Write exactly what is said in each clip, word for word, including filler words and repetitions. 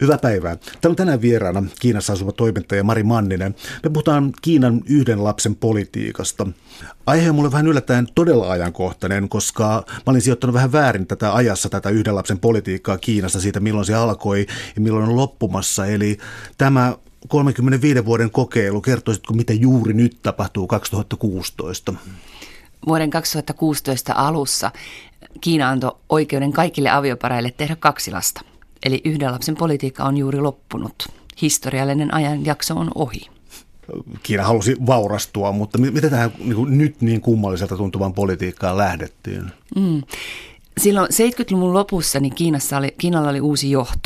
Hyvää päivää. Täällä on tänään vieraana Kiinassa asuva toimittaja Mari Manninen. Me puhutaan Kiinan yhden lapsen politiikasta. Aihe on mulle vähän yllättäen todella ajankohtainen, koska mä olin sijoittanut vähän väärin tätä ajassa, tätä yhden lapsen politiikkaa Kiinassa siitä, milloin se alkoi ja milloin on loppumassa. Eli tämä kolmenkymmenenviiden vuoden kokeilu, kertoisitko, mitä juuri nyt tapahtuu kaksituhattakuusitoista? Vuoden kaksituhattakuusitoista alussa Kiina antoi oikeuden kaikille aviopareille tehdä kaksi lasta. Eli yhden lapsen politiikka on juuri loppunut. Historiallinen ajanjakso on ohi. Kiina halusi vaurastua, mutta miten tähän niin nyt niin kummalliselta tuntuvan politiikkaan lähdettiin? Mm. Silloin seitsemänkymmentäluvun lopussa niin Kiinassa oli, Kiinalla oli uusi johto.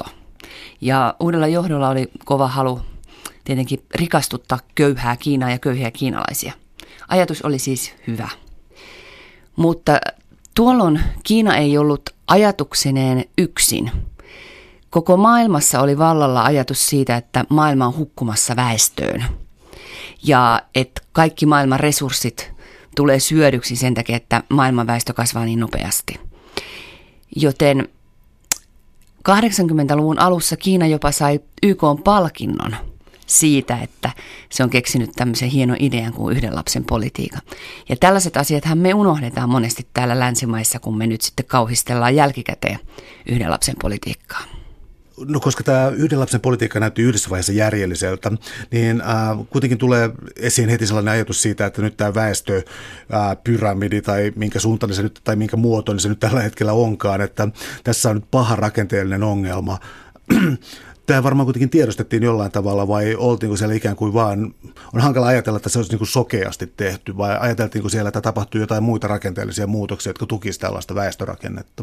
Ja uudella johdolla oli kova halu tietenkin rikastuttaa köyhää Kiinaa ja köyhiä kiinalaisia. Ajatus oli siis hyvä. Mutta tuolloin Kiina ei ollut ajatuksineen yksin. Koko maailmassa oli vallalla ajatus siitä, että maailma on hukkumassa väestöön ja että kaikki maailman resurssit tulee syödyksi sen takia, että maailman väestö kasvaa niin nopeasti. Joten kahdeksankymmentäluvun alussa Kiina jopa sai Y K:n palkinnon siitä, että se on keksinyt tämmöisen hienon idean kuin yhden lapsen politiikan. Ja tällaiset asiathan me unohdetaan monesti täällä länsimaissa, kun me nyt sitten kauhistellaan jälkikäteen yhden lapsen politiikkaa. No koska tämä yhden lapsen politiikka näytti yhdessä vaiheessa järjelliseltä, niin äh, kuitenkin tulee esiin heti sellainen ajatus siitä, että nyt tämä väestöpyramidi tai minkä suuntainen se nyt tai minkä muotoinen se nyt tällä hetkellä onkaan, että tässä on nyt paha rakenteellinen ongelma. Tämä varmaan kuitenkin tiedostettiin jollain tavalla vai oltiinko siellä ikään kuin vaan, on hankala ajatella, että se olisi niin kuin sokeasti tehty vai ajateltiinko siellä, että tapahtui jotain muita rakenteellisia muutoksia, jotka tukisivat tällaista väestörakennetta?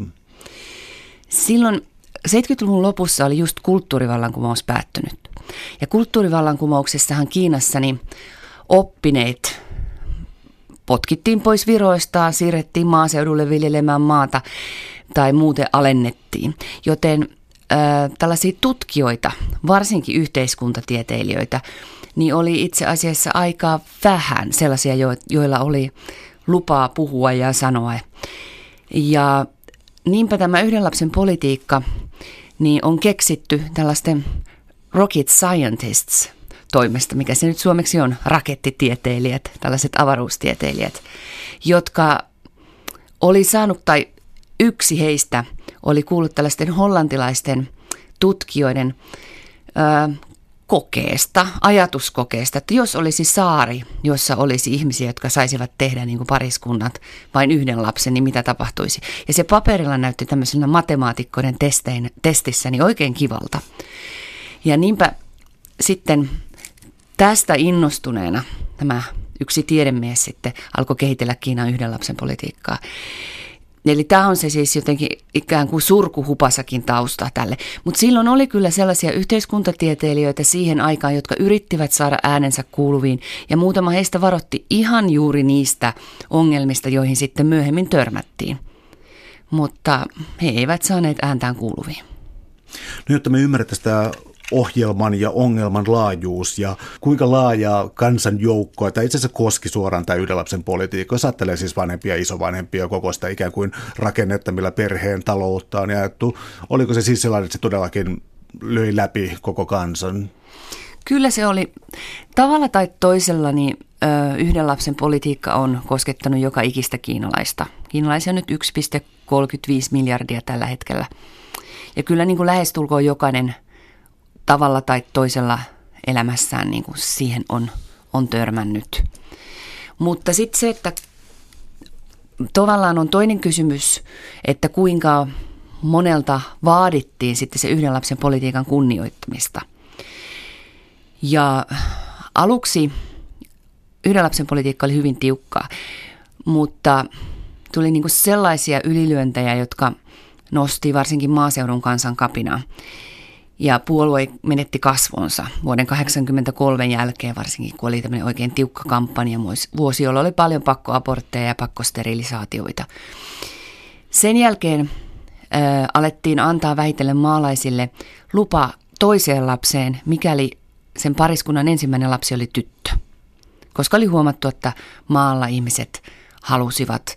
Silloin seitsemänkymmentäluvun lopussa oli just kulttuurivallankumous päättynyt. Ja kulttuurivallankumouksessahan Kiinassa niin oppineet potkittiin pois viroistaan, siirrettiin maaseudulle viljelemään maata tai muuten alennettiin. Joten äh, tällaisia tutkijoita, varsinkin yhteiskuntatieteilijöitä, niin oli itse asiassa aika vähän sellaisia, joilla oli lupaa puhua ja sanoa. Ja niinpä tämä yhden lapsen politiikka niin on keksitty tällaisten rocket scientists toimesta, mikä se nyt suomeksi on, rakettitieteilijät, tällaiset avaruustieteilijät, jotka oli saanut, tai yksi heistä oli kuullut tällaisten hollantilaisten tutkijoiden ö, kokeesta, ajatuskokeesta, että jos olisi saari, jossa olisi ihmisiä, jotka saisivat tehdä niin kuin pariskunnat vain yhden lapsen, niin mitä tapahtuisi? Ja se paperilla näytti tämmöisenä matemaatikkoiden testein, testissä niin oikein kivalta. Ja niinpä sitten tästä innostuneena tämä yksi tiedemies sitten alkoi kehitellä Kiinan yhden lapsen politiikkaa. Eli tämä on se siis jotenkin ikään kuin surkuhupasakin tausta tälle. Mutta silloin oli kyllä sellaisia yhteiskuntatieteilijöitä siihen aikaan, jotka yrittivät saada äänensä kuuluviin. Ja muutama heistä varoitti ihan juuri niistä ongelmista, joihin sitten myöhemmin törmättiin. Mutta he eivät saaneet ääntään kuuluviin. No jotta me ymmärrettäisiin tämä ohjelman ja ongelman laajuus ja kuinka laajaa kansanjoukkoa, tai itse asiassa koski suoraan tämä yhden lapsen politiikka, jos ajattelee siis vanhempia, isovanhempia, koko sitä ikään kuin rakennetta, millä perheen taloutta on jaettu. Oliko se siis sellainen, että se todellakin löi läpi koko kansan? Kyllä se oli. Tavalla tai toisella niin ö, yhden lapsen politiikka on koskettanut joka ikistä kiinalaista. Kiinalaisia on nyt yksi pilkku kolmekymmentäviisi miljardia tällä hetkellä. Ja kyllä niin kuin lähestulkoon jokainen tavalla tai toisella elämässään niin kuin siihen on, on törmännyt. Mutta sitten se, että tavallaan on toinen kysymys, että kuinka monelta vaadittiin sitten se yhden lapsen politiikan kunnioittamista. Ja aluksi yhden lapsen politiikka oli hyvin tiukkaa, mutta tuli niin kuin sellaisia ylilyöntejä, jotka nosti varsinkin maaseudun kansan kapinaa. Ja puolue menetti kasvonsa vuoden kahdeksankymmentäkolme jälkeen, varsinkin kun oli tämmöinen oikein tiukka kampanja, vuosi, jolloin oli paljon pakkoabortteja ja pakkosterilisaatioita. Sen jälkeen ää, alettiin antaa vähitellen maalaisille lupa toiseen lapseen, mikäli sen pariskunnan ensimmäinen lapsi oli tyttö. Koska oli huomattu, että maalla ihmiset halusivat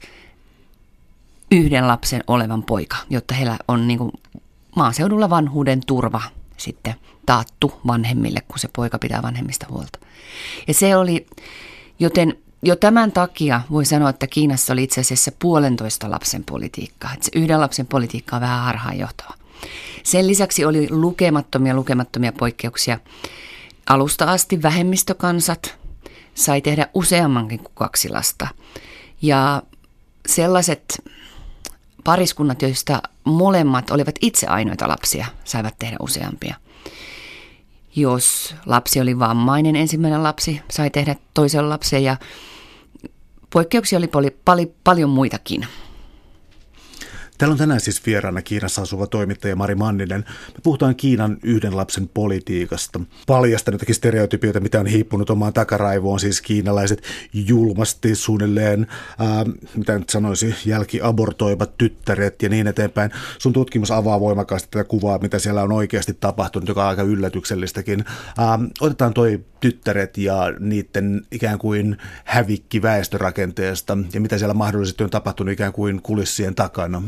yhden lapsen olevan poika, jotta heillä on niin kuin maaseudulla vanhuuden turva sitten taattu vanhemmille, kun se poika pitää vanhemmista huolta. Ja se oli, joten jo tämän takia voi sanoa, että Kiinassa oli itse asiassa puolentoista lapsen politiikka. Että se yhden lapsen politiikka on vähän harhaanjohtava. Sen lisäksi oli lukemattomia, lukemattomia poikkeuksia. Alusta asti vähemmistökansat sai tehdä useammankin kuin kaksi lasta. Ja sellaiset pariskunnat, joista molemmat olivat itse ainoita lapsia, saivat tehdä useampia. Jos lapsi oli vammainen, ensimmäinen lapsi sai tehdä toisen lapsen ja poikkeuksia oli pali, pali, paljon muitakin. Täällä on tänään siis vieraana Kiinassa asuva toimittaja Mari Manninen. Me puhutaan Kiinan yhden lapsen politiikasta. Paljastan jotakin stereotypioita, mitä on hiippunut omaan takaraivoon, siis kiinalaiset julmasti suunnilleen, ää, mitä nyt sanoisi, jälkiabortoivat tyttäret ja niin eteenpäin. Sun tutkimus avaa voimakkaasti tätä kuvaa, mitä siellä on oikeasti tapahtunut, joka on aika yllätyksellistäkin. Ää, otetaan toi tyttäret ja niiden ikään kuin hävikki väestörakenteesta ja mitä siellä mahdollisesti on tapahtunut ikään kuin kulissien takana.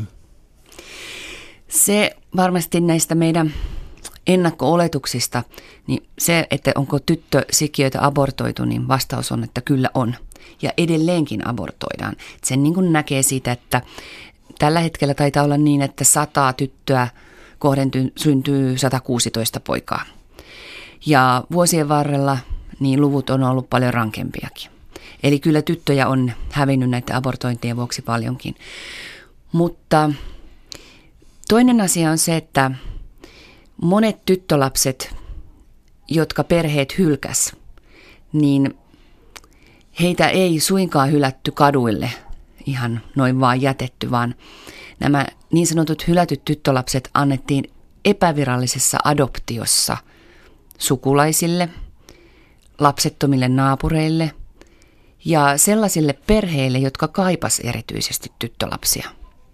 Se varmasti näistä meidän ennakko-oletuksista, niin se, että onko tyttösikiöitä abortoitu, niin vastaus on, että kyllä on. Ja edelleenkin abortoidaan. Sen niin kuin näkee siitä, että tällä hetkellä taitaa olla niin, että sata tyttöä kohden syntyy sata kuusitoista poikaa. Ja vuosien varrella niin luvut on ollut paljon rankempiakin. Eli kyllä tyttöjä on hävinnyt näiden abortointien vuoksi paljonkin. Mutta toinen asia on se, että monet tyttölapset, jotka perheet hylkäs, niin heitä ei suinkaan hylätty kaduille ihan noin vaan jätetty, vaan nämä niin sanotut hylätyt tyttölapset annettiin epävirallisessa adoptiossa sukulaisille, lapsettomille naapureille ja sellaisille perheille, jotka kaipas erityisesti tyttölapsia.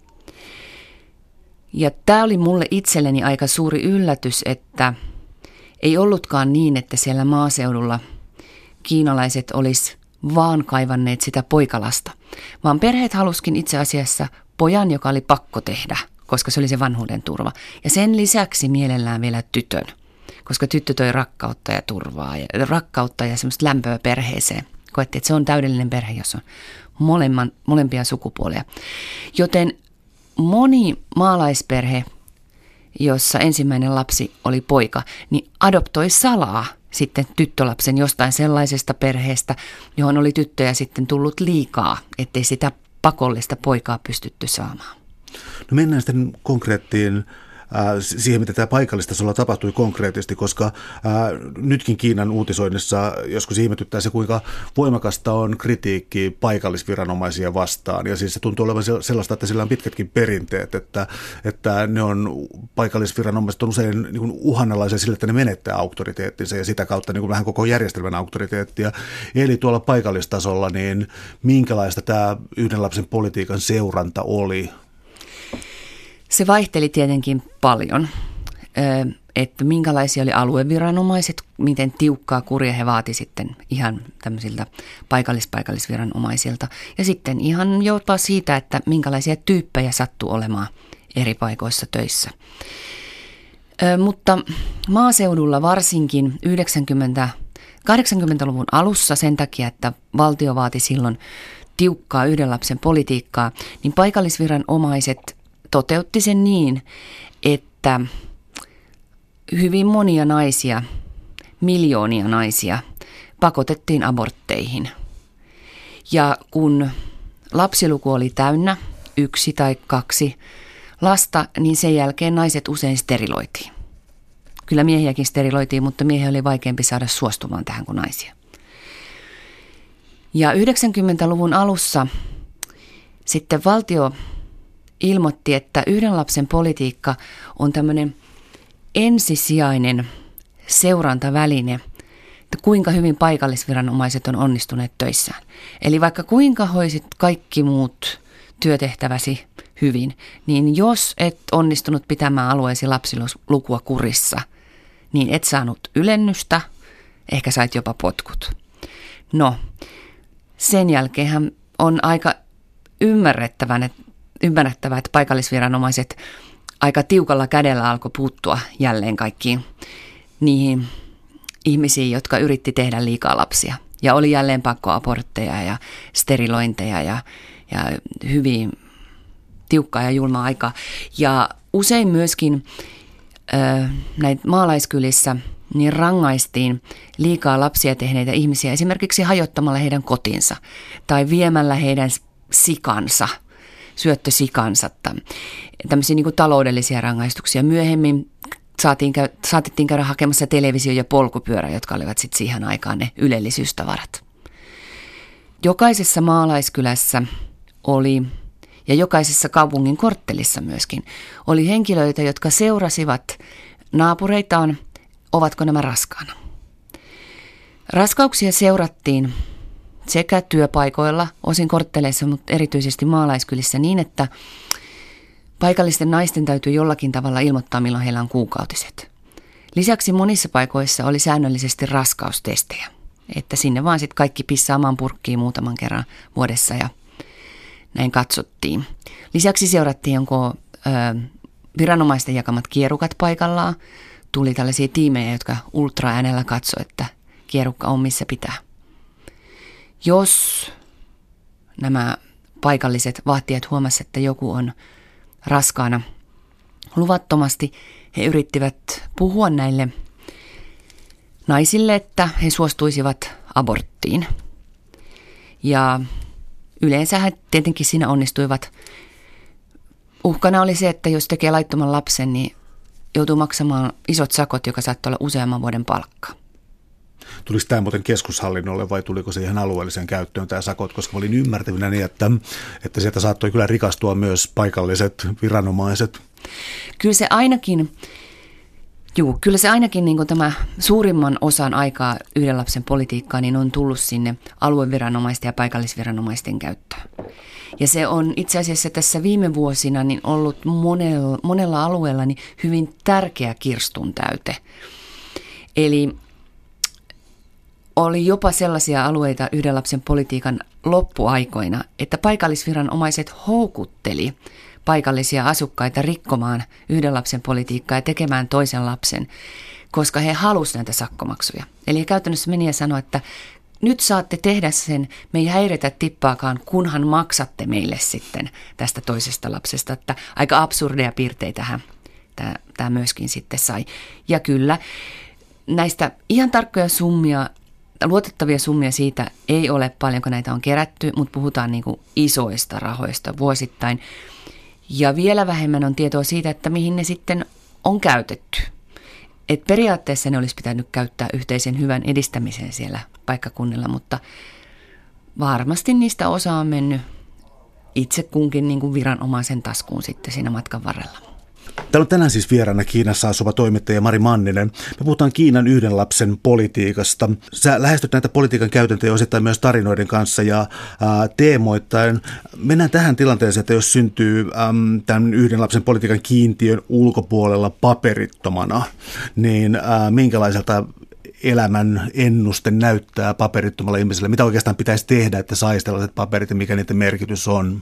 Ja tämä oli mulle itselleni aika suuri yllätys, että ei ollutkaan niin, että siellä maaseudulla kiinalaiset olisi vaan kaivanneet sitä poikalasta, vaan perheet haluskin itse asiassa pojan, joka oli pakko tehdä, koska se oli se vanhuuden turva. Ja sen lisäksi mielellään vielä tytön, koska tyttö toi rakkautta ja turvaa ja rakkautta ja semmoista lämpöä perheeseen. Koettiin, että se on täydellinen perhe, jos on molemman, molempia sukupuolia. Joten moni maalaisperhe, jossa ensimmäinen lapsi oli poika, niin adoptoi salaa sitten tyttölapsen jostain sellaisesta perheestä, johon oli tyttöjä sitten tullut liikaa, ettei sitä pakollista poikaa pystytty saamaan. No mennään sitten konkreettiin siihen, mitä tämä paikallistasolla tapahtui konkreettisesti, koska ää, nytkin Kiinan uutisoinnissa joskus ihmetyttää se, kuinka voimakasta on kritiikki paikallisviranomaisia vastaan. Ja siis se tuntuu olevan sellaista, että sillä on pitkätkin perinteet, että, että ne on, paikallisviranomaiset on usein niin kuin uhanalaisia sille, että ne menettää auktoriteettinsa ja sitä kautta niin kuin vähän koko järjestelmän auktoriteettia. Eli tuolla paikallistasolla, niin minkälaista tämä yhden lapsen politiikan seuranta oli? Se vaihteli tietenkin paljon, että minkälaisia oli alueviranomaiset, miten tiukkaa kuria he vaati sitten ihan tämmöisiltä paikallis-paikallisviranomaisilta. Ja sitten ihan jopa siitä, että minkälaisia tyyppejä sattui olemaan eri paikoissa töissä. Mutta maaseudulla varsinkin yhdeksänkymmentä, kahdeksankymmentäluvun alussa sen takia, että valtio vaati silloin tiukkaa yhden lapsen politiikkaa, niin paikallisviranomaiset toteutti sen niin, että hyvin monia naisia, miljoonia naisia pakotettiin abortteihin. Ja kun lapsiluku oli täynnä, yksi tai kaksi lasta, niin sen jälkeen naiset usein steriloitiin. Kyllä miehiäkin steriloitiin, mutta miehiä oli vaikeampi saada suostumaan tähän kuin naisia. Ja yhdeksänkymmentäluvun alussa sitten valtio ilmoitti, että yhden lapsen politiikka on tämmöinen ensisijainen seurantaväline, että kuinka hyvin paikallisviranomaiset on onnistuneet töissään. Eli vaikka kuinka hoisit kaikki muut työtehtäväsi hyvin, niin jos et onnistunut pitämään alueesi lapsilukua kurissa, niin et saanut ylennystä, ehkä sait jopa potkut. No, sen jälkeenhän on aika ymmärrettävän, että Ymmärrettävää, että paikallisviranomaiset aika tiukalla kädellä alkoi puuttua jälleen kaikkiin niihin ihmisiin, jotka yritti tehdä liikaa lapsia. Ja oli jälleen pakkoabortteja ja sterilointeja ja, ja hyvin tiukkaa ja julmaa aikaa. Ja usein myöskin äh, näitä maalaiskylissä niin rangaistiin liikaa lapsia tehneitä ihmisiä esimerkiksi hajottamalla heidän kotinsa tai viemällä heidän sikansa, syöttösikansa. Tämmöisiä niin kuin taloudellisia rangaistuksia. Myöhemmin saatiin, saatettiin käydä hakemassa televisio ja polkupyörä, jotka olivat sitten siihen aikaan ne ylellisyystavarat. Jokaisessa maalaiskylässä oli, ja jokaisessa kaupungin korttelissa myöskin, oli henkilöitä, jotka seurasivat naapureitaan, ovatko nämä raskaana. Raskauksia seurattiin sekä työpaikoilla, osin kortteleissa, mutta erityisesti maalaiskylissä niin, että paikallisten naisten täytyy jollakin tavalla ilmoittaa, milloin heillä on kuukautiset. Lisäksi monissa paikoissa oli säännöllisesti raskaustestejä, että sinne vaan sitten kaikki pissaamaan purkkiin muutaman kerran vuodessa ja näin katsottiin. Lisäksi seurattiin, onko ö, viranomaisten jakamat kierukat paikallaan. Tuli tällaisia tiimejä, jotka ultraäänellä katsoivat, että kierukka on missä pitää. Jos nämä paikalliset vahtijat huomasivat, että joku on raskaana luvattomasti, he yrittivät puhua näille naisille, että he suostuisivat aborttiin. Ja yleensä he tietenkin siinä onnistuivat. Uhkana oli se, että jos tekee laittoman lapsen, niin joutuu maksamaan isot sakot, joka saattoi olla useamman vuoden palkka. Tuliko tämä muuten keskushallinnolle vai tuliko se ihan alueelliseen käyttöön tämä sakot, koska olin ymmärtävinä niin, että, että sieltä saattoi kyllä rikastua myös paikalliset viranomaiset. Kyllä se ainakin, juu, kyllä se ainakin niin kuin tämä suurimman osan aikaa yhden lapsen politiikkaa niin on tullut sinne alueviranomaisten ja paikallisviranomaisten käyttöön. Ja se on itse asiassa tässä viime vuosina niin ollut monella, monella alueella niin hyvin tärkeä kirstun täyte. Eli oli jopa sellaisia alueita yhden lapsen politiikan loppuaikoina, että paikallisviranomaiset houkutteli paikallisia asukkaita rikkomaan yhden lapsen politiikkaa ja tekemään toisen lapsen, koska he halusivat näitä sakkomaksuja. Eli he käytännössä meni ja sanoi, että nyt saatte tehdä sen, me ei häiritä tippaakaan, kunhan maksatte meille sitten tästä toisesta lapsesta. Että aika absurdeja piirteitähän tämä, tämä myöskin sitten sai. Ja kyllä näistä ihan tarkkoja summia, luotettavia summia siitä ei ole paljonko näitä on kerätty, mutta puhutaan niin kuin isoista rahoista vuosittain. Ja vielä vähemmän on tietoa siitä, että mihin ne sitten on käytetty. Et periaatteessa ne olisi pitänyt käyttää yhteisen hyvän edistämiseen siellä paikkakunnilla, mutta varmasti niistä osa on mennyt itse kunkin niin kuin viranomaisen taskuun sitten siinä matkan varrella. Täällä on tänään siis vieraana Kiinassa asuva toimittaja Mari Manninen. Me puhutaan Kiinan yhden lapsen politiikasta. Sä lähestyt näitä politiikan käytäntöjä osittain myös tarinoiden kanssa ja ää, teemoittain. Mennään tähän tilanteeseen, että jos syntyy äm, tämän yhden lapsen politiikan kiintiön ulkopuolella paperittomana, niin ää, minkälaiselta elämän ennuste näyttää paperittomalla ihmisellä? Mitä oikeastaan pitäisi tehdä, että saisi tällaiset paperit ja mikä niiden merkitys on?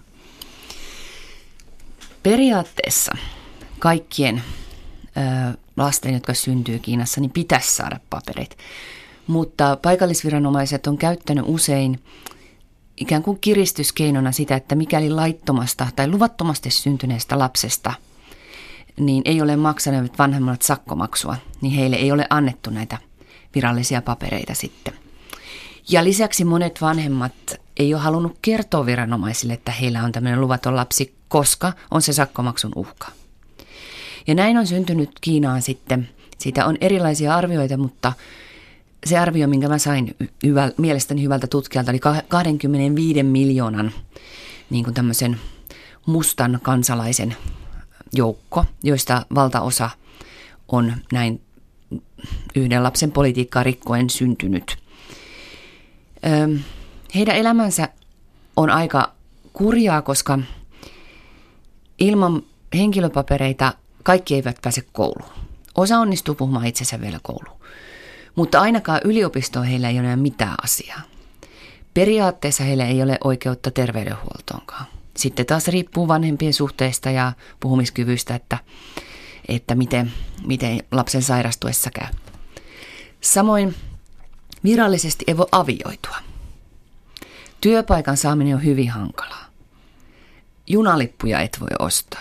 Periaatteessa kaikkien ö, lasten, jotka syntyy Kiinassa, niin pitäisi saada paperit. Mutta paikallisviranomaiset on käyttänyt usein ikään kuin kiristyskeinona sitä, että mikäli laittomasta tai luvattomasti syntyneestä lapsesta niin ei ole maksanut vanhemmat sakkomaksua, niin heille ei ole annettu näitä virallisia papereita sitten. Ja lisäksi monet vanhemmat ei ole halunnut kertoa viranomaisille, että heillä on tämmöinen luvaton lapsi, koska on se sakkomaksun uhka. Ja näin on syntynyt Kiinaan sitten. Siitä on erilaisia arvioita, mutta se arvio, minkä mä sain hyvä, mielestäni hyvältä tutkijalta, oli kaksikymmentäviisi miljoonan niin kuin tämmöisen mustan kansalaisen joukko, joista valtaosa on näin yhden lapsen politiikkaa rikkoen syntynyt. Öö, heidän elämänsä on aika kurjaa, koska ilman henkilöpapereita kaikki eivät pääse kouluun. Osa onnistuu puhumaan itsensä vielä kouluun, mutta ainakaan yliopistoon heillä ei ole mitään asiaa. Periaatteessa heillä ei ole oikeutta terveydenhuoltoonkaan. Sitten taas riippuu vanhempien suhteesta ja puhumiskyvystä, että, että miten, miten lapsen sairastuessa käy. Samoin virallisesti ei voi avioitua. Työpaikan saaminen on hyvin hankalaa. Junalippuja et voi ostaa.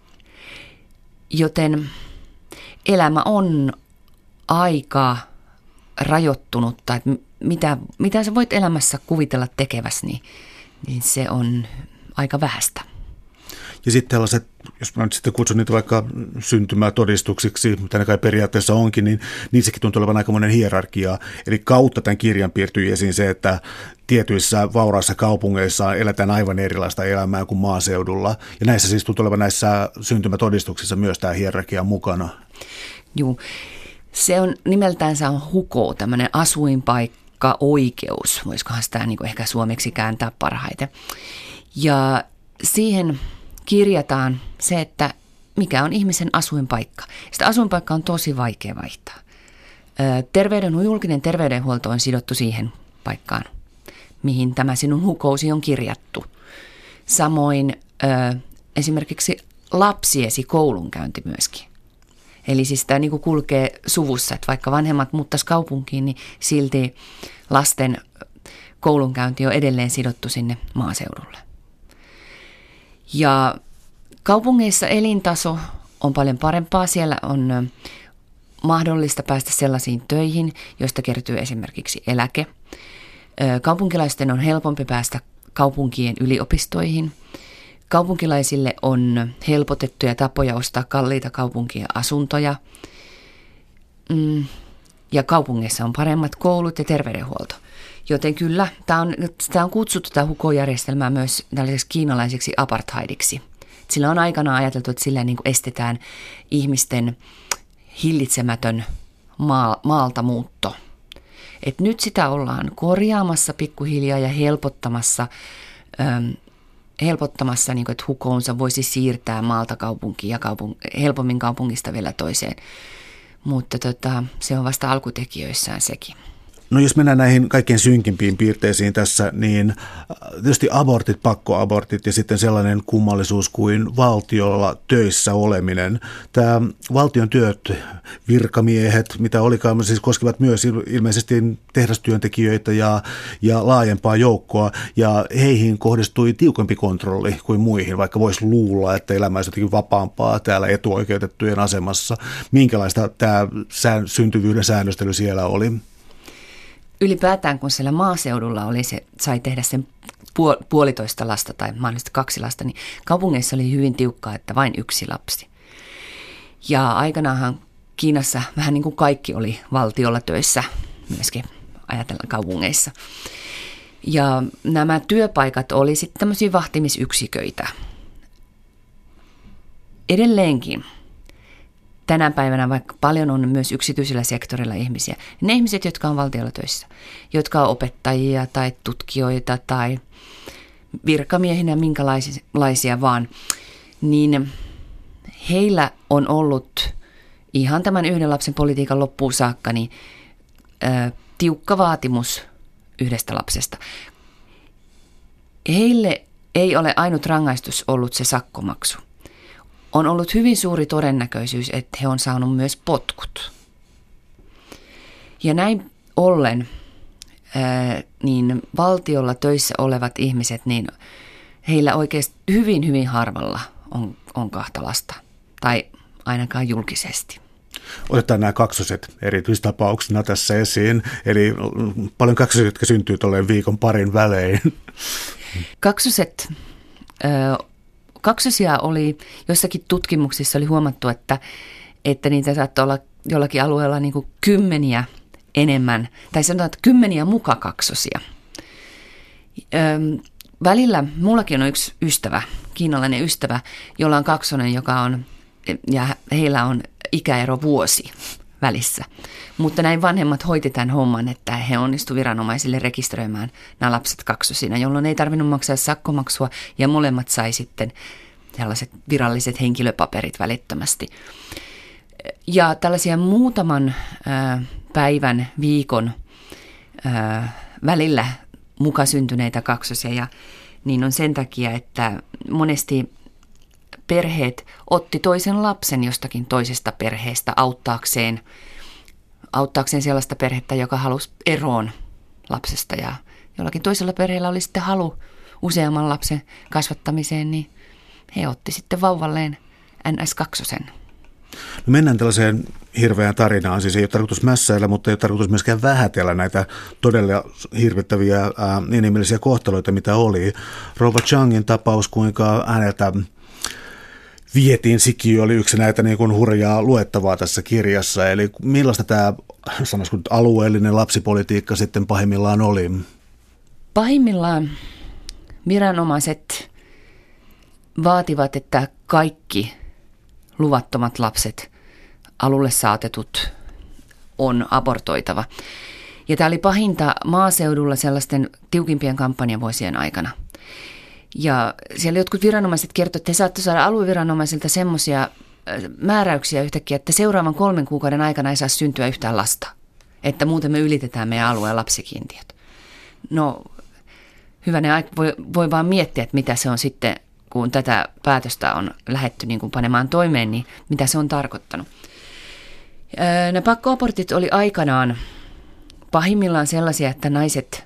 Joten elämä on aika rajoittunutta, että mitä, mitä sä voit elämässä kuvitella tekeväsi, niin, niin se on aika vähäistä. Ja sitten tällaiset, jos mä nyt sitten kutsun niitä vaikka syntymätodistuksiksi, mitä ne kai periaatteessa onkin, niin niissäkin tuntuu olevan aikamoinen hierarkia. Eli kautta tämän kirjan piirtyy esiin se, että tietyissä vauraissa kaupungeissa eletään aivan erilaista elämää kuin maaseudulla. Ja näissä siis tuntuu olevan näissä syntymätodistuksissa myös tämä hierarkia mukana. Joo, se on nimeltään se on huko, tämmöinen asuinpaikka, oikeus, voisikohan sitä niin kuin ehkä suomeksi kääntää parhaiten. Ja siihen kirjataan se, että mikä on ihmisen asuinpaikka. Sitä asuinpaikka on tosi vaikea vaihtaa. Terveyden, julkinen terveydenhuolto on sidottu siihen paikkaan, mihin tämä sinun hukousi on kirjattu. Samoin ö, esimerkiksi lapsiesi koulunkäynti myöskin. Eli siis tämä niin kuin kulkee suvussa, että vaikka vanhemmat muuttaisi kaupunkiin, niin silti lasten koulunkäynti on edelleen sidottu sinne maaseudulle. Ja kaupungeissa elintaso on paljon parempaa. Siellä on mahdollista päästä sellaisiin töihin, joista kertyy esimerkiksi eläke. Kaupunkilaisten on helpompi päästä kaupunkien yliopistoihin. Kaupunkilaisille on helpotettuja tapoja ostaa kalliita kaupunkien asuntoja. Ja kaupungeissa on paremmat koulut ja terveydenhuolto. Joten kyllä, tämä on, tämä on kutsuttu tämä hukojärjestelmää myös tällaiseksi kiinalaiseksi apartheidiksi. Sillä on aikanaan ajateltu, että sillä niin kuin estetään ihmisten hillitsemätön maa, maalta muutto. Et nyt sitä ollaan korjaamassa pikkuhiljaa ja helpottamassa, ähm, helpottamassa niin kuin, että hukoonsa voisi siirtää maalta kaupunkiin ja kaupung- helpommin kaupungista vielä toiseen. Mutta tota, se on vasta alkutekijöissään sekin. No jos mennään näihin kaikkein synkimpiin piirteisiin tässä, niin tietysti abortit, pakkoabortit ja sitten sellainen kummallisuus kuin valtiolla töissä oleminen. Tämä valtion työt, virkamiehet, mitä olikaan, siis koskevat myös ilmeisesti tehdastyöntekijöitä ja, ja laajempaa joukkoa, ja heihin kohdistui tiukempi kontrolli kuin muihin, vaikka voisi luulla, että elämä olisi jotenkin vapaampaa täällä etuoikeutettujen asemassa. Minkälaista tämä syntyvyyden säännöstely siellä oli? Ylipäätään, kun siellä maaseudulla oli se, sai tehdä sen puolitoista lasta tai mahdollisesti kaksi lasta, niin kaupungeissa oli hyvin tiukkaa, että vain yksi lapsi. Ja aikanaanhan Kiinassa vähän niin kuin kaikki oli valtiolla töissä, myöskin ajatellaan kaupungeissa. Ja nämä työpaikat oli sitten tämmöisiä vahtimisyksiköitä. Edelleenkin. Tänä päivänä, vaikka paljon on myös yksityisellä sektorilla ihmisiä, ne ihmiset, jotka on valtiolla töissä, jotka on opettajia tai tutkijoita tai virkamiehinä, minkälaisia vaan, niin heillä on ollut ihan tämän yhden lapsen politiikan loppuun saakka niin, ä, tiukka vaatimus yhdestä lapsesta. Heille ei ole ainut rangaistus ollut se sakkomaksu. On ollut hyvin suuri todennäköisyys, että he on saanut myös potkut. Ja näin ollen ää, niin valtiolla töissä olevat ihmiset, niin heillä oikeasti hyvin, hyvin harvalla on, on kahta lasta. Tai ainakaan julkisesti. Otetaan nämä kaksoset erityistapauksena tässä esiin. Eli paljon kaksoset, jotka syntyy tolleen viikon parin välein. Kaksoset... Ää, Kaksosia oli, jossakin tutkimuksissa oli huomattu, että, että niitä saattoi olla jollakin alueella niin kuin kymmeniä enemmän, tai sanotaan, että kymmeniä muka kaksosia. Öm, välillä mullakin on yksi ystävä, kiinalainen ystävä, jolla on kaksonen, joka on, ja heillä on ikäero vuosi välissä. Mutta näin vanhemmat hoiti tämän homman, että he onnistuivat viranomaisille rekisteröimään nämä lapset kaksosina, jolloin ei tarvinnut maksaa sakkomaksua ja molemmat sai sitten tällaiset viralliset henkilöpaperit välittömästi. Ja tällaisia muutaman äh, päivän, viikon äh, välillä muka syntyneitä kaksosia ja niin on sen takia, että monesti perheet otti toisen lapsen jostakin toisesta perheestä auttaakseen, auttaakseen sellaista perhettä, joka halusi eroon lapsesta. Ja jollakin toisella perheellä oli sitten halu useamman lapsen kasvattamiseen, niin he otti sitten vauvalleen N S kaksi. No mennään tällaiseen hirveään tarinaan. Siis ei ole tarkoitus mässäillä, mutta ei ole tarkoitus myöskään vähätellä näitä todella hirvittäviä ää, inhimillisiä kohtaloita, mitä oli. Rouva Changin tapaus, kuinka häneltä vietiin sikiö, oli yksi näitä niin kuin hurjaa luettavaa tässä kirjassa. Eli millaista tämä, sanoisiko nyt, alueellinen lapsipolitiikka sitten pahimmillaan oli? Pahimmillaan viranomaiset vaativat, että kaikki luvattomat lapset, alulle saatetut, on abortoitava. Ja tämä oli pahinta maaseudulla sellaisten tiukimpien kampanjavuosien aikana. Ja siellä jotkut viranomaiset kertoivat, että he saattoi saada alueviranomaisilta semmoisia määräyksiä yhtäkkiä, että seuraavan kolmen kuukauden aikana ei saa syntyä yhtään lasta. Että muuten me ylitetään meidän alueen lapsikiintiöt. No, hyvänen aika voi, voi vaan miettiä, että mitä se on sitten, kun tätä päätöstä on lähdetty niin kuin panemaan toimeen, niin mitä se on tarkoittanut. Nämä pakkoabortit oli aikanaan pahimmillaan sellaisia, että naiset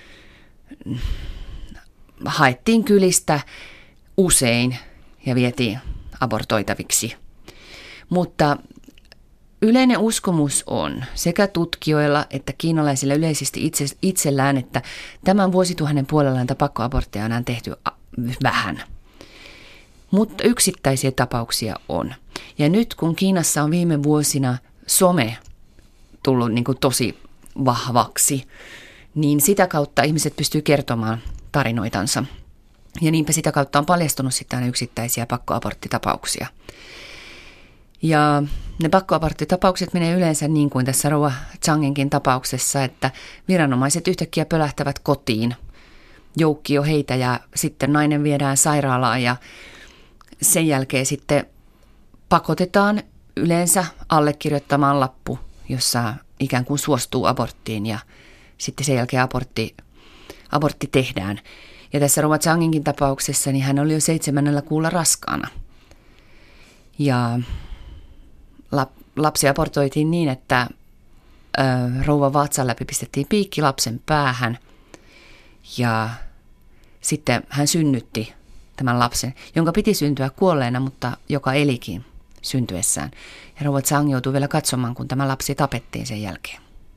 haettiin kylistä usein ja vietiin abortoitaviksi. Mutta yleinen uskomus on sekä tutkijoilla että kiinalaisilla yleisesti itse, itsellään, että tämän vuosituhannen puolella näitä pakkoabortteja on tehty vähän. Mutta yksittäisiä tapauksia on. Ja nyt kun Kiinassa on viime vuosina some tullut niin kuin tosi vahvaksi, niin sitä kautta ihmiset pystyy kertomaan tarinoitansa. Ja niinpä sitä kautta on paljastunut sitten yksittäisiä pakkoaborttitapauksia. Ja ne pakkoaborttitapaukset menee yleensä niin kuin tässä rouva Changinkin tapauksessa, että viranomaiset yhtäkkiä pölähtävät kotiin. Joukkio heitä ja sitten nainen viedään sairaalaan ja sen jälkeen sitten pakotetaan yleensä allekirjoittamaan lappu, jossa ikään kuin suostuu aborttiin ja sitten sen jälkeen abortti, abortti tehdään. Ja tässä rouva Changinkin tapauksessa niin hän oli jo seitsemännellä kuulla raskaana. Ja lapsi abortoitiin niin, että ö, rouva vatsan läpi pistettiin piikki lapsen päähän ja sitten hän synnytti tämän lapsen, jonka piti syntyä kuolleena, mutta joka elikin syntyessään. Ja rouva Chang joutui vielä katsomaan, kun tämä lapsi tapettiin sen jälkeen.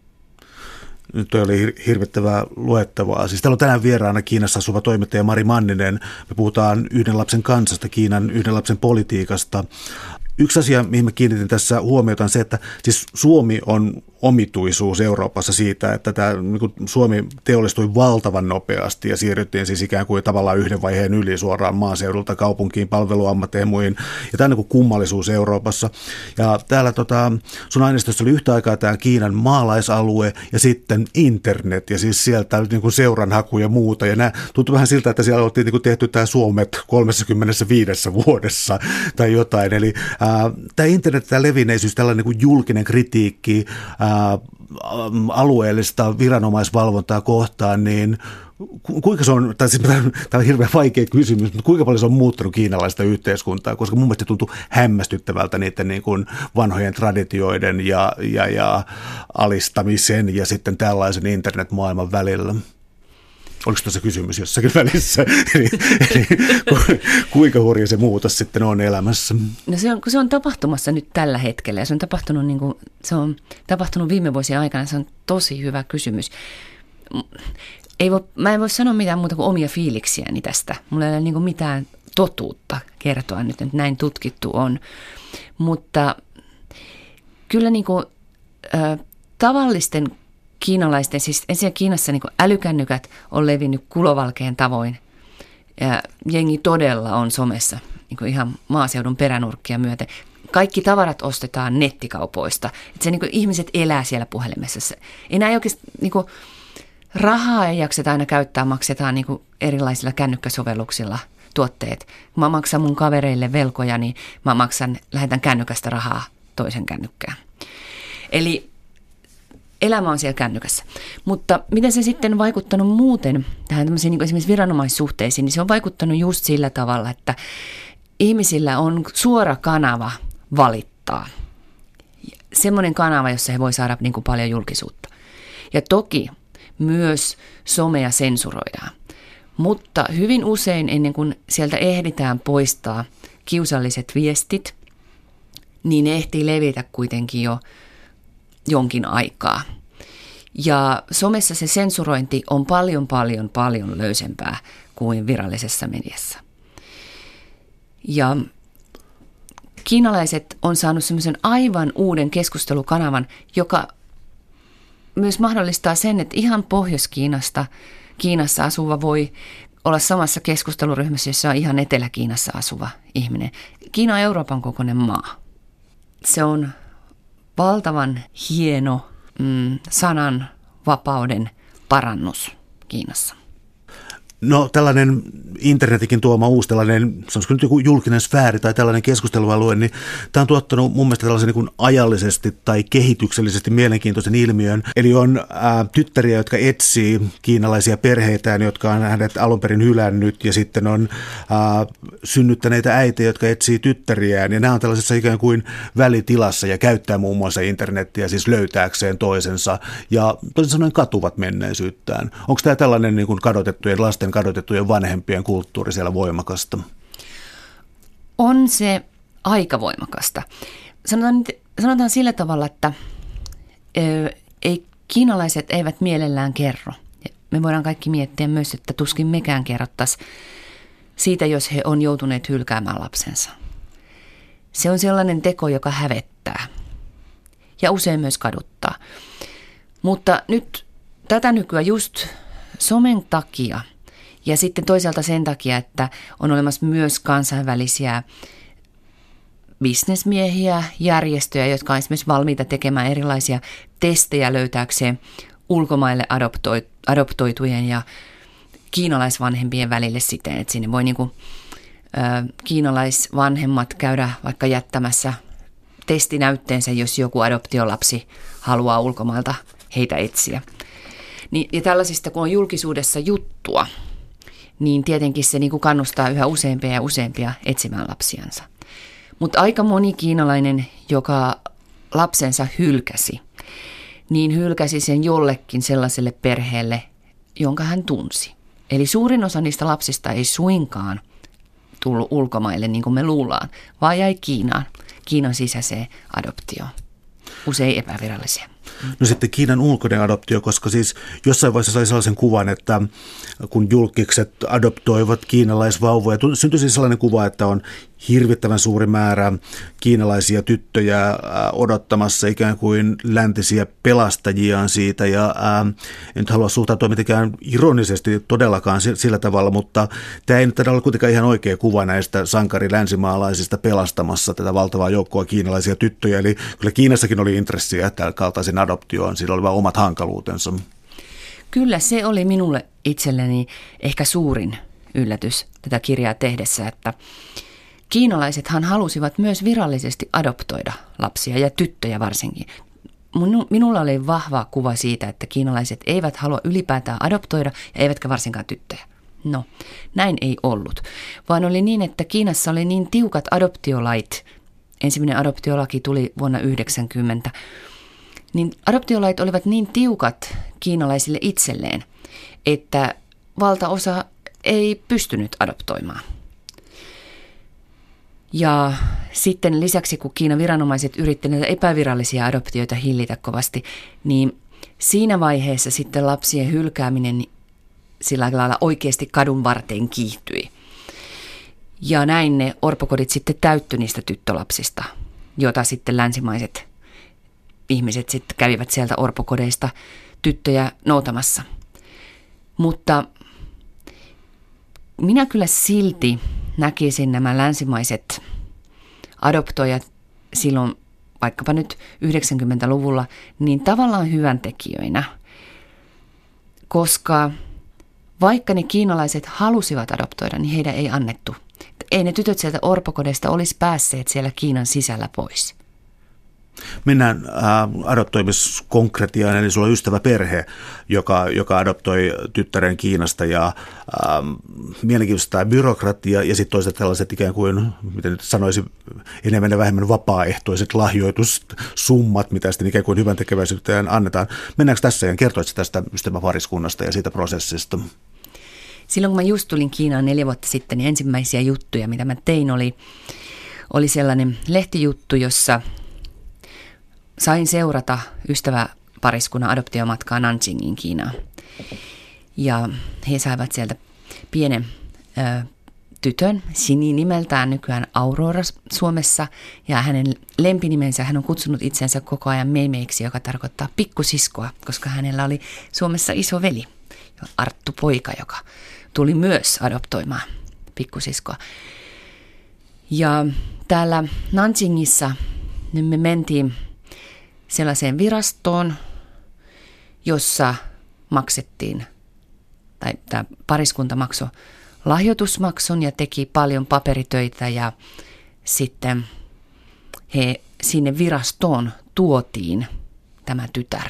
Nyt oli hirvittävää luettavaa. Siis täällä on tänään vieraana Kiinassa asuva toimittaja Mari Manninen. Me puhutaan yhden lapsen kansasta, Kiinan yhden lapsen politiikasta. Yksi asia, mihin mä kiinnitin tässä huomiota, on se, että siis Suomi on omituisuus Euroopassa siitä, että tämä, niin kuin Suomi teollistui valtavan nopeasti ja siirryttiin siis ikään kuin tavallaan yhden vaiheen yli suoraan maaseudulta kaupunkiin, palveluammatteihin muihin. Ja tämä on niin kuin kummallisuus Euroopassa. Ja täällä tota, sun aineistossa oli yhtä aikaa tämä Kiinan maalaisalue ja sitten internet ja siis sieltä niin kuin seuranhaku ja muuta. Ja nämä tuntui vähän siltä, että siellä oltiin niin kuin tehty tämä Suomet kolmekymmentäviisi vuodessa tai jotain. Eli ää, tämä internet, tämä levinneisyys, tällainen niin kuin julkinen kritiikki, ää, alueellista viranomaisvalvontaa kohtaan, niin kuinka se on, tai siis tämä on hirveän vaikea kysymys, mutta kuinka paljon se on muuttanut kiinalaista yhteiskuntaa, koska mun mielestä tuntuu hämmästyttävältä niiden niin kuin vanhojen traditioiden ja, ja, ja alistamisen ja sitten tällaisen internetmaailman välillä. Oliko tuossa kysymys jossakin välissä? eli, eli kuinka hurja se muutos sitten on elämässä? No se on, kun se on tapahtumassa nyt tällä hetkellä ja se on tapahtunut, niin kuin, se on tapahtunut viime vuosien aikana, se on tosi hyvä kysymys. Ei voi, mä en voi sanoa mitään muuta kuin omia fiiliksiäni tästä. Mulla ei ole niin kuin mitään totuutta kertoa nyt, että näin tutkittu on. Mutta kyllä niin kuin, äh, tavallisten kiinalaisten, siis ensin Kiinassa niin kuin älykännykät on levinnyt kulovalkeen tavoin ja jengi todella on somessa niin kuin ihan maaseudun peränurkkia myöten. Kaikki tavarat ostetaan nettikaupoista. Että se niin kuin ihmiset elää siellä puhelimessa. Enää ei oikeasti niin kuin, rahaa ei jakseta aina käyttää, maksetaan niin kuin erilaisilla kännykkäsovelluksilla tuotteet. Kun mä maksan mun kavereille velkoja, niin mä maksan, lähetän kännykästä rahaa toisen kännykkään. Eli elämä on siellä kännykässä. Mutta miten se sitten vaikuttanut muuten tähän tämmöisiin niin kuin esimerkiksi viranomaissuhteisiin, niin se on vaikuttanut just sillä tavalla, että ihmisillä on suora kanava valittaa. Semmoinen kanava, jossa he voi saada niin kuin paljon julkisuutta. Ja toki myös somea sensuroidaan. Mutta hyvin usein ennen kuin sieltä ehditään poistaa kiusalliset viestit, niin ne ehtii levitä kuitenkin jo jonkin aikaa. Ja somessa se sensurointi on paljon, paljon, paljon löysempää kuin virallisessa mediassa. Ja kiinalaiset on saanut semmoisen aivan uuden keskustelukanavan, joka myös mahdollistaa sen, että ihan Pohjois-Kiinasta Kiinassa asuva voi olla samassa keskusteluryhmässä, jossa on ihan Etelä-Kiinassa asuva ihminen. Kiina on Euroopan kokoinen maa. Se on valtavan hieno mm, sanan vapauden parannus Kiinassa. No tällainen internetikin tuoma uusi tällainen, sanoisiko nyt joku julkinen sfääri tai tällainen keskustelualue, niin tämä on tuottanut mun mielestä tällaisen niin kuin ajallisesti tai kehityksellisesti mielenkiintoisen ilmiön. Eli on ää, tyttäriä, jotka etsii kiinalaisia perheitään, jotka on hänet alun perin hylännyt, ja sitten on ää, synnyttäneitä äitejä, jotka etsii tyttäriään, ja nämä on tällaisessa ikään kuin välitilassa ja käyttää muun muassa internettiä siis löytääkseen toisensa, ja toisin sanoen katuvat menneisyyttään. Onko tämä tällainen niin kuin kadotettujen lasten kadotettujen vanhempien kulttuuri siellä voimakasta? On se aika voimakasta. Sanotaan, sanotaan sillä tavalla, että ö, ei, kiinalaiset eivät mielellään kerro. Me voidaan kaikki miettiä myös, että tuskin mekään kerrottaisiin siitä, jos he on joutuneet hylkäämään lapsensa. Se on sellainen teko, joka hävettää ja usein myös kaduttaa. Mutta nyt tätä nykyä just somen takia ja sitten toisaalta sen takia, että on olemassa myös kansainvälisiä bisnesmiehiä, järjestöjä, jotka on esimerkiksi valmiita tekemään erilaisia testejä löytääkseen ulkomaille adoptoitujen ja kiinalaisvanhempien välille siten, että sinne voi niin kuin, ö, kiinalaisvanhemmat käydä vaikka jättämässä testinäytteensä, jos joku adoptiolapsi haluaa ulkomailta heitä etsiä. Niin, ja tällaisista, kun on julkisuudessa juttua, niin tietenkin se niin kuin kannustaa yhä useampia ja useampia etsimään lapsiansa. Mutta aika moni kiinalainen, joka lapsensa hylkäsi, niin hylkäsi sen jollekin sellaiselle perheelle, jonka hän tunsi. Eli suurin osa niistä lapsista ei suinkaan tullut ulkomaille, niin kuin me luullaan, vaan jäi Kiinaan, Kiinan sisäiseen adoptioon, usein epävirallisia. No sitten Kiinan ulkoinen adoptio, koska siis jossain vaiheessa sai sellaisen kuvan, että kun julkikset adoptoivat kiinalaisvauvoja, syntyi siis sellainen kuva, että on hirvittävän suuri määrä kiinalaisia tyttöjä odottamassa ikään kuin läntisiä pelastajiaan siitä. Ja ää, en nyt halua suhtautua mitenkään ironisesti todellakaan sillä tavalla, mutta tämä ei nyt ole kuitenkaan ihan oikea kuva näistä sankari-länsimaalaisista pelastamassa tätä valtavaa joukkoa kiinalaisia tyttöjä. Eli kyllä Kiinassakin oli intressiä tämän kaltaisen adoptioon, sillä oli vain omat hankaluutensa. Kyllä se oli minulle itselleni ehkä suurin yllätys tätä kirjaa tehdessä, että kiinalaisethan halusivat myös virallisesti adoptoida lapsia ja tyttöjä varsinkin. Minulla oli vahva kuva siitä, että kiinalaiset eivät halua ylipäätään adoptoida ja eivätkä varsinkaan tyttöjä. No, näin ei ollut, vaan oli niin, että Kiinassa oli niin tiukat adoptiolait. Ensimmäinen adoptiolaki tuli vuonna yhdeksänkymmentä. Niin adoptiolait olivat niin tiukat kiinalaisille itselleen, että valtaosa ei pystynyt adoptoimaan. Ja sitten lisäksi, kun Kiinan viranomaiset yrittivät epävirallisia adoptioita hillitä kovasti, niin siinä vaiheessa sitten lapsien hylkääminen sillä lailla oikeasti kadun varteen kiihtyi. Ja näin ne orpokodit sitten täyttyi niistä tyttölapsista, jota sitten länsimaiset ihmiset sitten kävivät sieltä orpokodeista tyttöjä noutamassa. Mutta minä kyllä silti näkisin nämä länsimaiset adoptoijat silloin vaikkapa nyt yhdeksänkymmentäluvulla niin tavallaan hyväntekijöinä, koska vaikka ne kiinalaiset halusivat adoptoida, niin heidän ei annettu. Ei ne tytöt sieltä orpokodeista olisi päässeet siellä Kiinan sisällä pois. Mennään äh, adoptoimiskonkretioon, eli sulla on ystäväperhe, joka, joka adoptoi tyttären Kiinasta ja äh, mielenkiintoista tämä byrokratia ja sitten toiset tällaiset ikään kuin, miten nyt sanoisin, enemmän ja vähemmän vapaaehtoiset lahjoitussummat, mitä sitten ikään kuin hyvän tekeväisyyteen annetaan. Mennäänkö tässä ja kertoitko tästä ystäväpariskunnasta ja siitä prosessista? Silloin kun mä just tulin Kiinaan neljä vuotta sitten, niin ensimmäisiä juttuja, mitä mä tein, oli, oli sellainen lehtijuttu, jossa sain seurata ystäväpariskunnan adoptiomatkaa Nanjingiin Kiinaan. Ja he saivat sieltä pienen ö, tytön, Sini nimeltään nykyään Aurora Suomessa. Ja hänen lempinimensä, hän on kutsunut itsensä koko ajan Meimeiksi, joka tarkoittaa pikkusiskoa, koska hänellä oli Suomessa iso veli, Arttu poika, joka tuli myös adoptoimaan pikkusiskoa. Ja täällä Nanjingissa niin me mentiin sellaiseen virastoon, jossa maksettiin, tai tämä pariskunta maksoi lahjoitusmaksun ja teki paljon paperitöitä ja sitten he sinne virastoon tuotiin tämä tytär.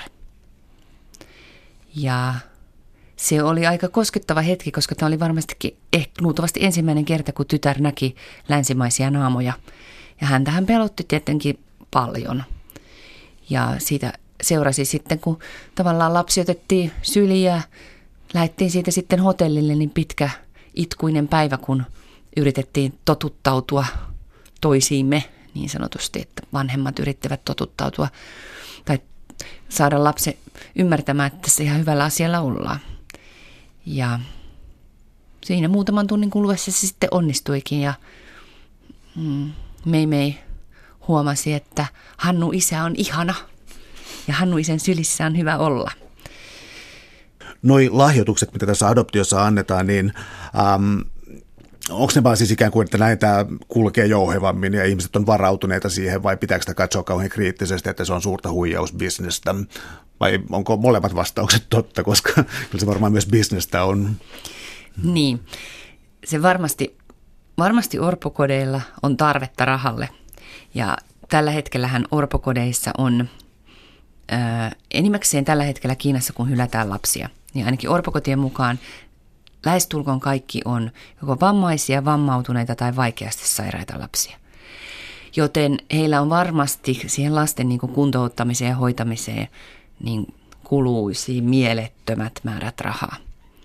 Ja se oli aika koskettava hetki, koska tämä oli varmastikin ehkä luultavasti ensimmäinen kerta, kun tytär näki länsimaisia naamoja. Ja häntähän pelotti tietenkin paljon. Ja siitä seurasi sitten, kun tavallaan lapsi otettiin syliin ja lähdettiin siitä sitten hotellille, niin pitkä itkuinen päivä, kun yritettiin totuttautua toisiimme niin sanotusti, että vanhemmat yrittävät totuttautua tai saada lapsen ymmärtämään, että tässä ihan hyvällä asialla ollaan. Ja siinä muutaman tunnin kuluessa se sitten onnistuikin ja mm, Meimei huomasi, että Hannu isä on ihana ja Hannu isän sylissä on hyvä olla. Noi lahjoitukset, mitä tässä adoptiossa annetaan, niin ähm, onko ne vaan siis ikään kuin, että näin tämä kulkee jouhevammin ja ihmiset on varautuneita siihen vai pitääkö sitä katsoa kauhean kriittisesti, että se on suurta huijausbisnestä? Vai onko molemmat vastaukset totta, koska kyllä se varmaan myös bisnestä on. Niin, se varmasti, varmasti orpokodeilla on tarvetta rahalle ja tällä hetkellähän orpokodeissa on ää, enimmäkseen tällä hetkellä Kiinassa, kun hylätään lapsia, niin ainakin orpokotien mukaan lähestulkoon kaikki on joko vammaisia, vammautuneita tai vaikeasti sairaita lapsia. Joten heillä on varmasti siihen lasten niin kuin kuntouttamiseen ja hoitamiseen niin kuluisi mielettömät määrät rahaa.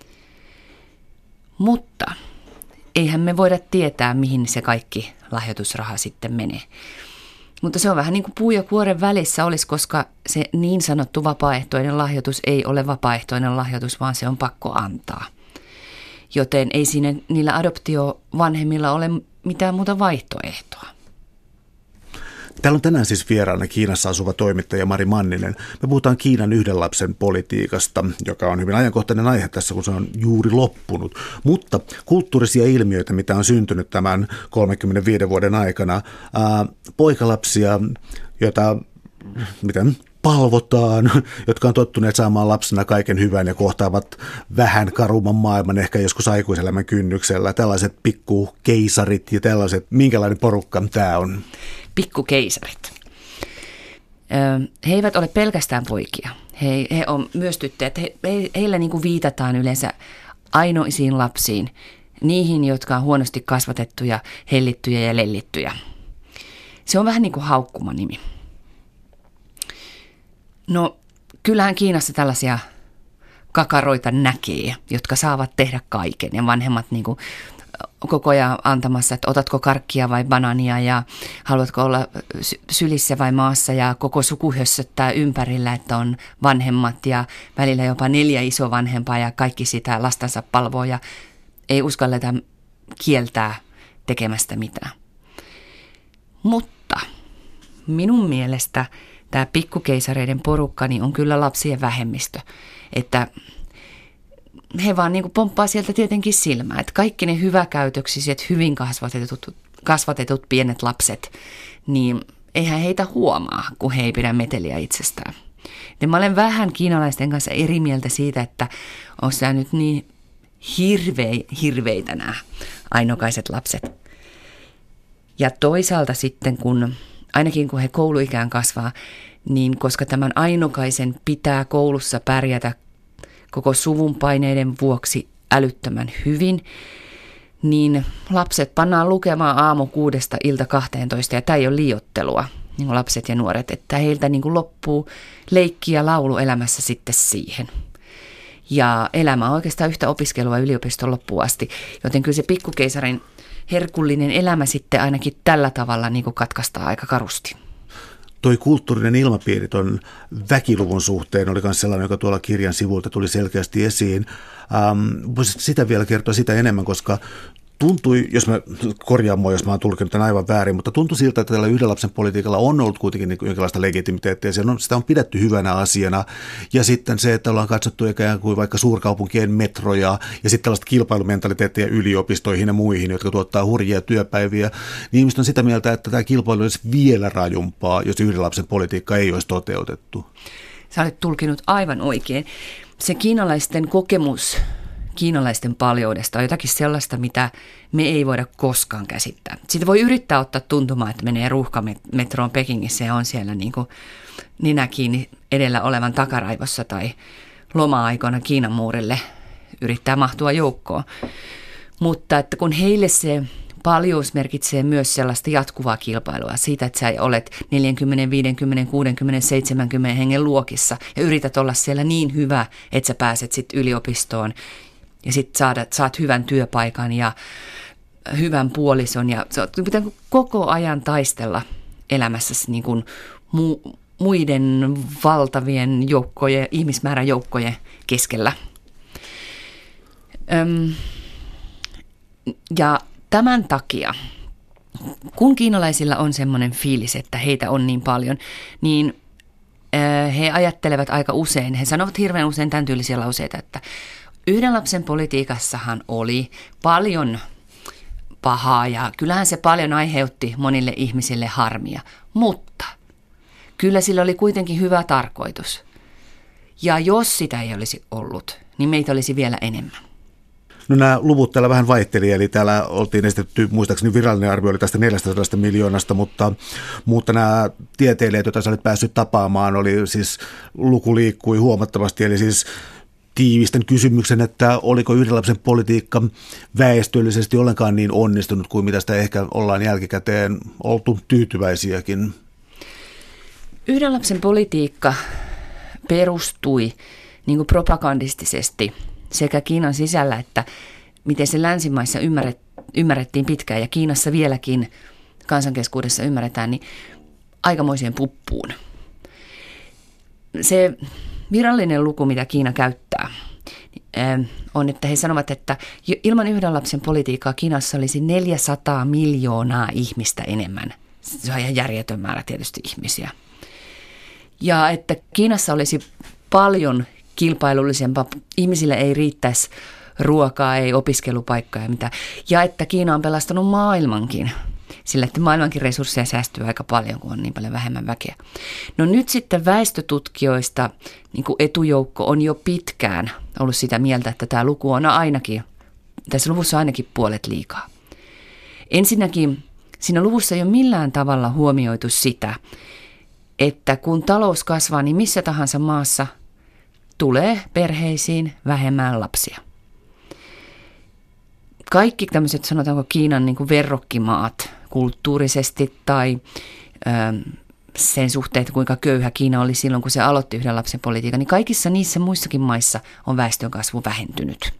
Mutta eihän me voida tietää, mihin se kaikki lahjoitusraha sitten menee. Mutta se on vähän niin kuin puu ja kuoren välissä olisi, koska se niin sanottu vapaaehtoinen lahjoitus ei ole vapaaehtoinen lahjoitus, vaan se on pakko antaa. Joten ei siinä niillä adoptiovanhemmilla ole mitään muuta vaihtoehtoa. Täällä on tänään siis vieraana Kiinassa asuva toimittaja Mari Manninen. Me puhutaan Kiinan yhden lapsen politiikasta, joka on hyvin ajankohtainen aihe tässä, kun se on juuri loppunut. Mutta kulttuurisia ilmiöitä, mitä on syntynyt tämän kolmekymmentäviiden vuoden aikana, ää, poikalapsia, joita miten palvotaan, jotka on tottuneet saamaan lapsena kaiken hyvän ja kohtaavat vähän karumman maailman, ehkä joskus aikuiselämän kynnyksellä. Tällaiset pikkukeisarit ja tällaiset, minkälainen porukka tämä on? Pikkukeisarit. He eivät ole pelkästään poikia. He, he on myös tyttöjä. He, he, heillä niin kuin viitataan yleensä ainoisiin lapsiin, niihin, jotka on huonosti kasvatettuja, hellittyjä ja lellittyjä. Se on vähän niin kuin haukkumanimi. No, kyllähän Kiinassa tällaisia kakaroita näkee, jotka saavat tehdä kaiken. Ja vanhemmat niin kuin koko ajan antamassa, että otatko karkkia vai banania ja haluatko olla sylissä vai maassa. Ja koko suku hössöttää ympärillä, että on vanhemmat ja välillä jopa neljä isovanhempaa ja kaikki sitä lastansa palvoo ja ei uskalleta kieltää tekemästä mitään. Mutta minun mielestä tämä pikkukeisareiden porukka niin on kyllä lapsien vähemmistö, että he vaan niin kuin pomppaa sieltä tietenkin silmää, että kaikki ne hyväkäytöksiset, hyvin kasvatetut, kasvatetut pienet lapset, niin eihän heitä huomaa, kun he ei pidä meteliä itsestään. Ja mä olen vähän kiinalaisten kanssa eri mieltä siitä, että on siellä nyt niin hirvei, hirveitä nämä ainokaiset lapset. Ja toisaalta sitten, kun ainakin kun he kouluikään kasvaa, niin koska tämän ainokaisen pitää koulussa pärjätä koko suvun paineiden vuoksi älyttömän hyvin, niin lapset pannaan lukemaan aamu kuudesta ilta kahteentoista, ja tämä ei ole liioittelua, niin kuin lapset ja nuoret, että heiltä niin kuin loppuu leikki ja laulu elämässä sitten siihen. Ja elämä on oikeastaan yhtä opiskelua yliopiston loppuun asti, joten kyllä se pikkukeisarin herkullinen elämä sitten ainakin tällä tavalla niin kuin katkaistaan aika karusti. Toi kulttuurinen ilmapiiri ton väkiluvun suhteen oli myös sellainen, joka tuolla kirjan sivulta tuli selkeästi esiin. Ähm, voisitko sitä vielä kertoa sitä enemmän, koska tuntui, jos mä korjaan mua, jos mä oon tulkinut tämän aivan väärin, mutta tuntui siltä, että tällä yhden lapsen politiikalla on ollut kuitenkin niin jonkinlaista legitimiteettiä. Sitä on pidetty hyvänä asiana. Ja sitten se, että ollaan katsottu ikään kuin vaikka suurkaupunkien metroja ja sitten tällaista kilpailumentaliteettia yliopistoihin ja muihin, jotka tuottaa hurjia työpäiviä. Niin ihmiset on sitä mieltä, että tämä kilpailu olisi vielä rajumpaa, jos yhden lapsen politiikka ei olisi toteutettu. Sä olet tulkinut aivan oikein. Se kiinalaisten kokemus kiinalaisten paljoudesta on jotakin sellaista, mitä me ei voida koskaan käsittää. Sitä voi yrittää ottaa tuntumaan, että menee ruuhkametroon Pekingissä ja on siellä niin kuin nenä kiinni edellä olevan takaraivossa tai loma-aikoina Kiinan muurille yrittää mahtua joukkoon. Mutta että kun heille se paljous merkitsee myös sellaista jatkuvaa kilpailua siitä, että sä olet neljäkymmentä, viisikymmentä, kuusikymmentä, seitsemänkymmentä hengen luokissa ja yrität olla siellä niin hyvä, että sä pääset sitten yliopistoon ja sitten saat, saat hyvän työpaikan ja hyvän puolison ja pitää koko ajan taistella elämässäsi niin kuin mu, muiden valtavien joukkojen, ihmismäärän joukkojen keskellä. Öm, ja tämän takia, kun kiinalaisilla on semmoinen fiilis, että heitä on niin paljon, niin he ajattelevat aika usein, he sanovat hirveän usein tämän tyylisiä lauseita, että yhden lapsen politiikassahan oli paljon pahaa ja kyllähän se paljon aiheutti monille ihmisille harmia, mutta kyllä sillä oli kuitenkin hyvä tarkoitus. Ja jos sitä ei olisi ollut, niin meitä olisi vielä enemmän. No nämä luvut täällä vähän vaihteli, eli täällä oltiin esitetty, muistaakseni virallinen arvio oli tästä neljästäsadasta miljoonasta, mutta, mutta nämä tieteilijät, joita sä olit päässyt tapaamaan, oli siis luku liikkui huomattavasti, eli siis tiivistän kysymyksen, että oliko yhden lapsen politiikka väestöllisesti ollenkaan niin onnistunut kuin mitä sitä ehkä ollaan jälkikäteen oltu tyytyväisiäkin? Yhden lapsen politiikka perustui niin kuin propagandistisesti sekä Kiinan sisällä että miten se länsimaissa ymmärret, ymmärrettiin pitkään ja Kiinassa vieläkin kansankeskuudessa ymmärretään, niin aikamoiseen puppuun. Se virallinen luku, mitä Kiina käyttää, on, että he sanovat, että ilman yhden lapsen politiikkaa Kiinassa olisi neljäsataa miljoonaa ihmistä enemmän. Se on ihan järjetön määrä tietysti ihmisiä. Ja että Kiinassa olisi paljon kilpailullisempaa. Ihmisille ei riittäisi ruokaa, ei opiskelupaikkaa ja mitä. Ja että Kiina on pelastanut maailmankin. Sillä että maailmankin resursseja säästyy aika paljon, kun on niin paljon vähemmän väkeä. No nyt sitten väestötutkijoista niin kuin etujoukko on jo pitkään ollut sitä mieltä, että tämä luku on ainakin, tässä luvussa on ainakin puolet liikaa. Ensinnäkin siinä luvussa ei ole millään tavalla huomioitu sitä, että kun talous kasvaa, niin missä tahansa maassa tulee perheisiin vähemmän lapsia. Kaikki tämmöiset, sanotaanko Kiinan niin kuin verrokkimaat kulttuurisesti tai ö, sen suhteen, että kuinka köyhä Kiina oli silloin, kun se aloitti yhden lapsen politiikan, niin kaikissa niissä muissakin maissa on väestönkasvu vähentynyt.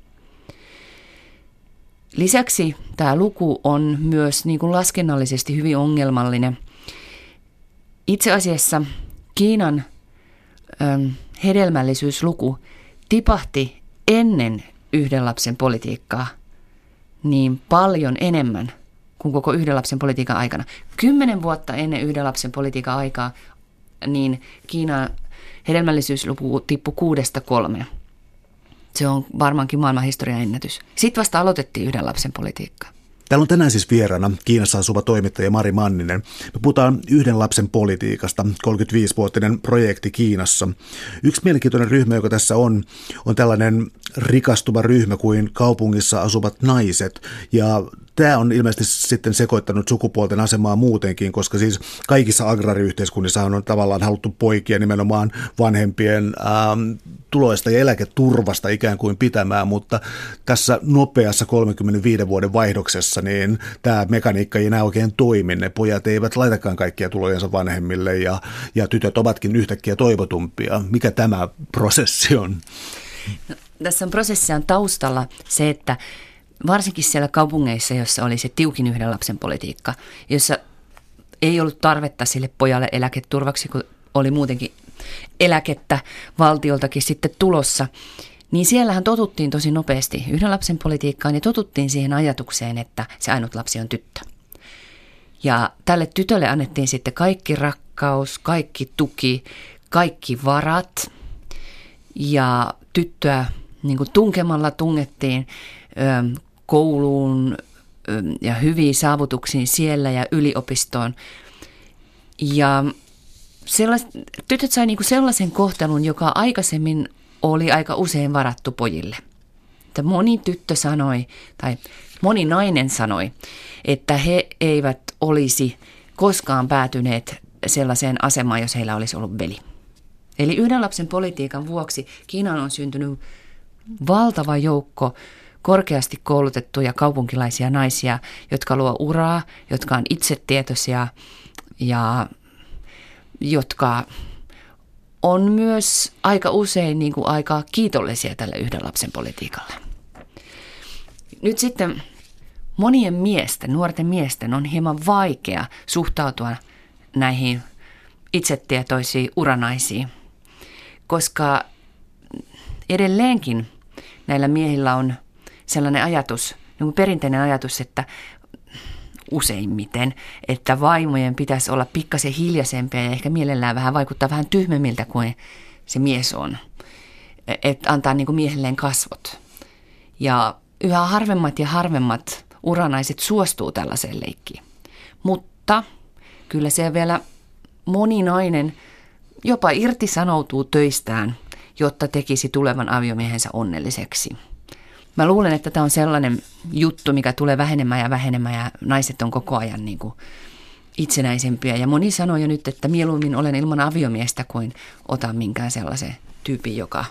Lisäksi tämä luku on myös niin kuin laskennallisesti hyvin ongelmallinen. Itse asiassa Kiinan ö, hedelmällisyysluku tipahti ennen yhden lapsen politiikkaa niin paljon enemmän kuin koko yhden lapsen politiikan aikana. Kymmenen vuotta ennen yhden lapsen politiikan aikaa, niin Kiinan hedelmällisyysluku tippui kuudesta kolmeen. Se on varmaankin maailman historian ennätys. Sitten vasta aloitettiin yhden lapsen politiikkaa. Täällä on tänään siis vieraana Kiinassa asuva toimittaja Mari Manninen. Me puhutaan yhden lapsen politiikasta, kolmekymmentäviisivuotinen projekti Kiinassa. Yksi mielenkiintoinen ryhmä, joka tässä on, on tällainen rikastuva ryhmä kuin kaupungissa asuvat naiset. Ja tämä on ilmeisesti sitten sekoittanut sukupuolten asemaa muutenkin, koska siis kaikissa agraariyhteiskunnissa on tavallaan haluttu poikia nimenomaan vanhempien ähm, tuloista ja eläketurvasta ikään kuin pitämään, mutta tässä nopeassa kolmenkymmenenviiden vuoden vaihdoksessa niin tämä mekaniikka ei enää oikein toimi. Ne pojat eivät laitakaan kaikkia tulojensa vanhemmille ja, ja tytöt ovatkin yhtäkkiä toivotumpia. Mikä tämä prosessi on? No, tässä on prosessia on taustalla se, että varsinkin siellä kaupungeissa, jossa oli se tiukin yhden lapsen politiikka, jossa ei ollut tarvetta sille pojalle eläketurvaksi, kun oli muutenkin eläkettä valtioltakin sitten tulossa, niin siellähän totuttiin tosi nopeasti yhden lapsen politiikkaan ja totuttiin siihen ajatukseen, että se ainut lapsi on tyttö. Ja tälle tytölle annettiin sitten kaikki rakkaus, kaikki tuki, kaikki varat ja tyttöä niin kuin tunkemalla tungettiin ö, kouluun ö, ja hyviin saavutuksiin siellä ja yliopistoon. Ja sellais, tytöt sai niin kuin sellaisen kohtelun, joka aikaisemmin oli aika usein varattu pojille. Että moni tyttö sanoi, tai moni nainen sanoi, että he eivät olisi koskaan päätyneet sellaiseen asemaan, jos heillä olisi ollut veli. Eli yhden lapsen politiikan vuoksi Kiinaan on syntynyt valtava joukko korkeasti koulutettuja kaupunkilaisia naisia, jotka luo uraa, jotka on itsetietoisia ja jotka on myös aika usein niin kuin aika kiitollisia tälle yhden lapsen politiikalle. Nyt sitten monien miesten, nuorten miesten on hieman vaikea suhtautua näihin itsetietoisiin uranaisiin, koska edelleenkin näillä miehillä on sellainen ajatus, niin kuin perinteinen ajatus, että useimmiten, että vaimojen pitäisi olla pikkasen hiljaisempia ja ehkä mielellään vähän vaikuttaa vähän tyhmemmiltä kuin se mies on. Että antaa niin kuin miehelleen kasvot. Ja yhä harvemmat ja harvemmat uranaiset suostuu tällaiseen leikkiin. Mutta kyllä se vielä moni nainen jopa irtisanoutuu töistään, jotta tekisi tulevan aviomiehensä onnelliseksi. Mä luulen, että tämä on sellainen juttu, mikä tulee vähenemään ja vähenemään ja naiset on koko ajan niin kuin itsenäisempiä. Ja moni sanoo jo nyt, että mieluummin olen ilman aviomiestä kuin otan minkään sellaisen tyypin, joka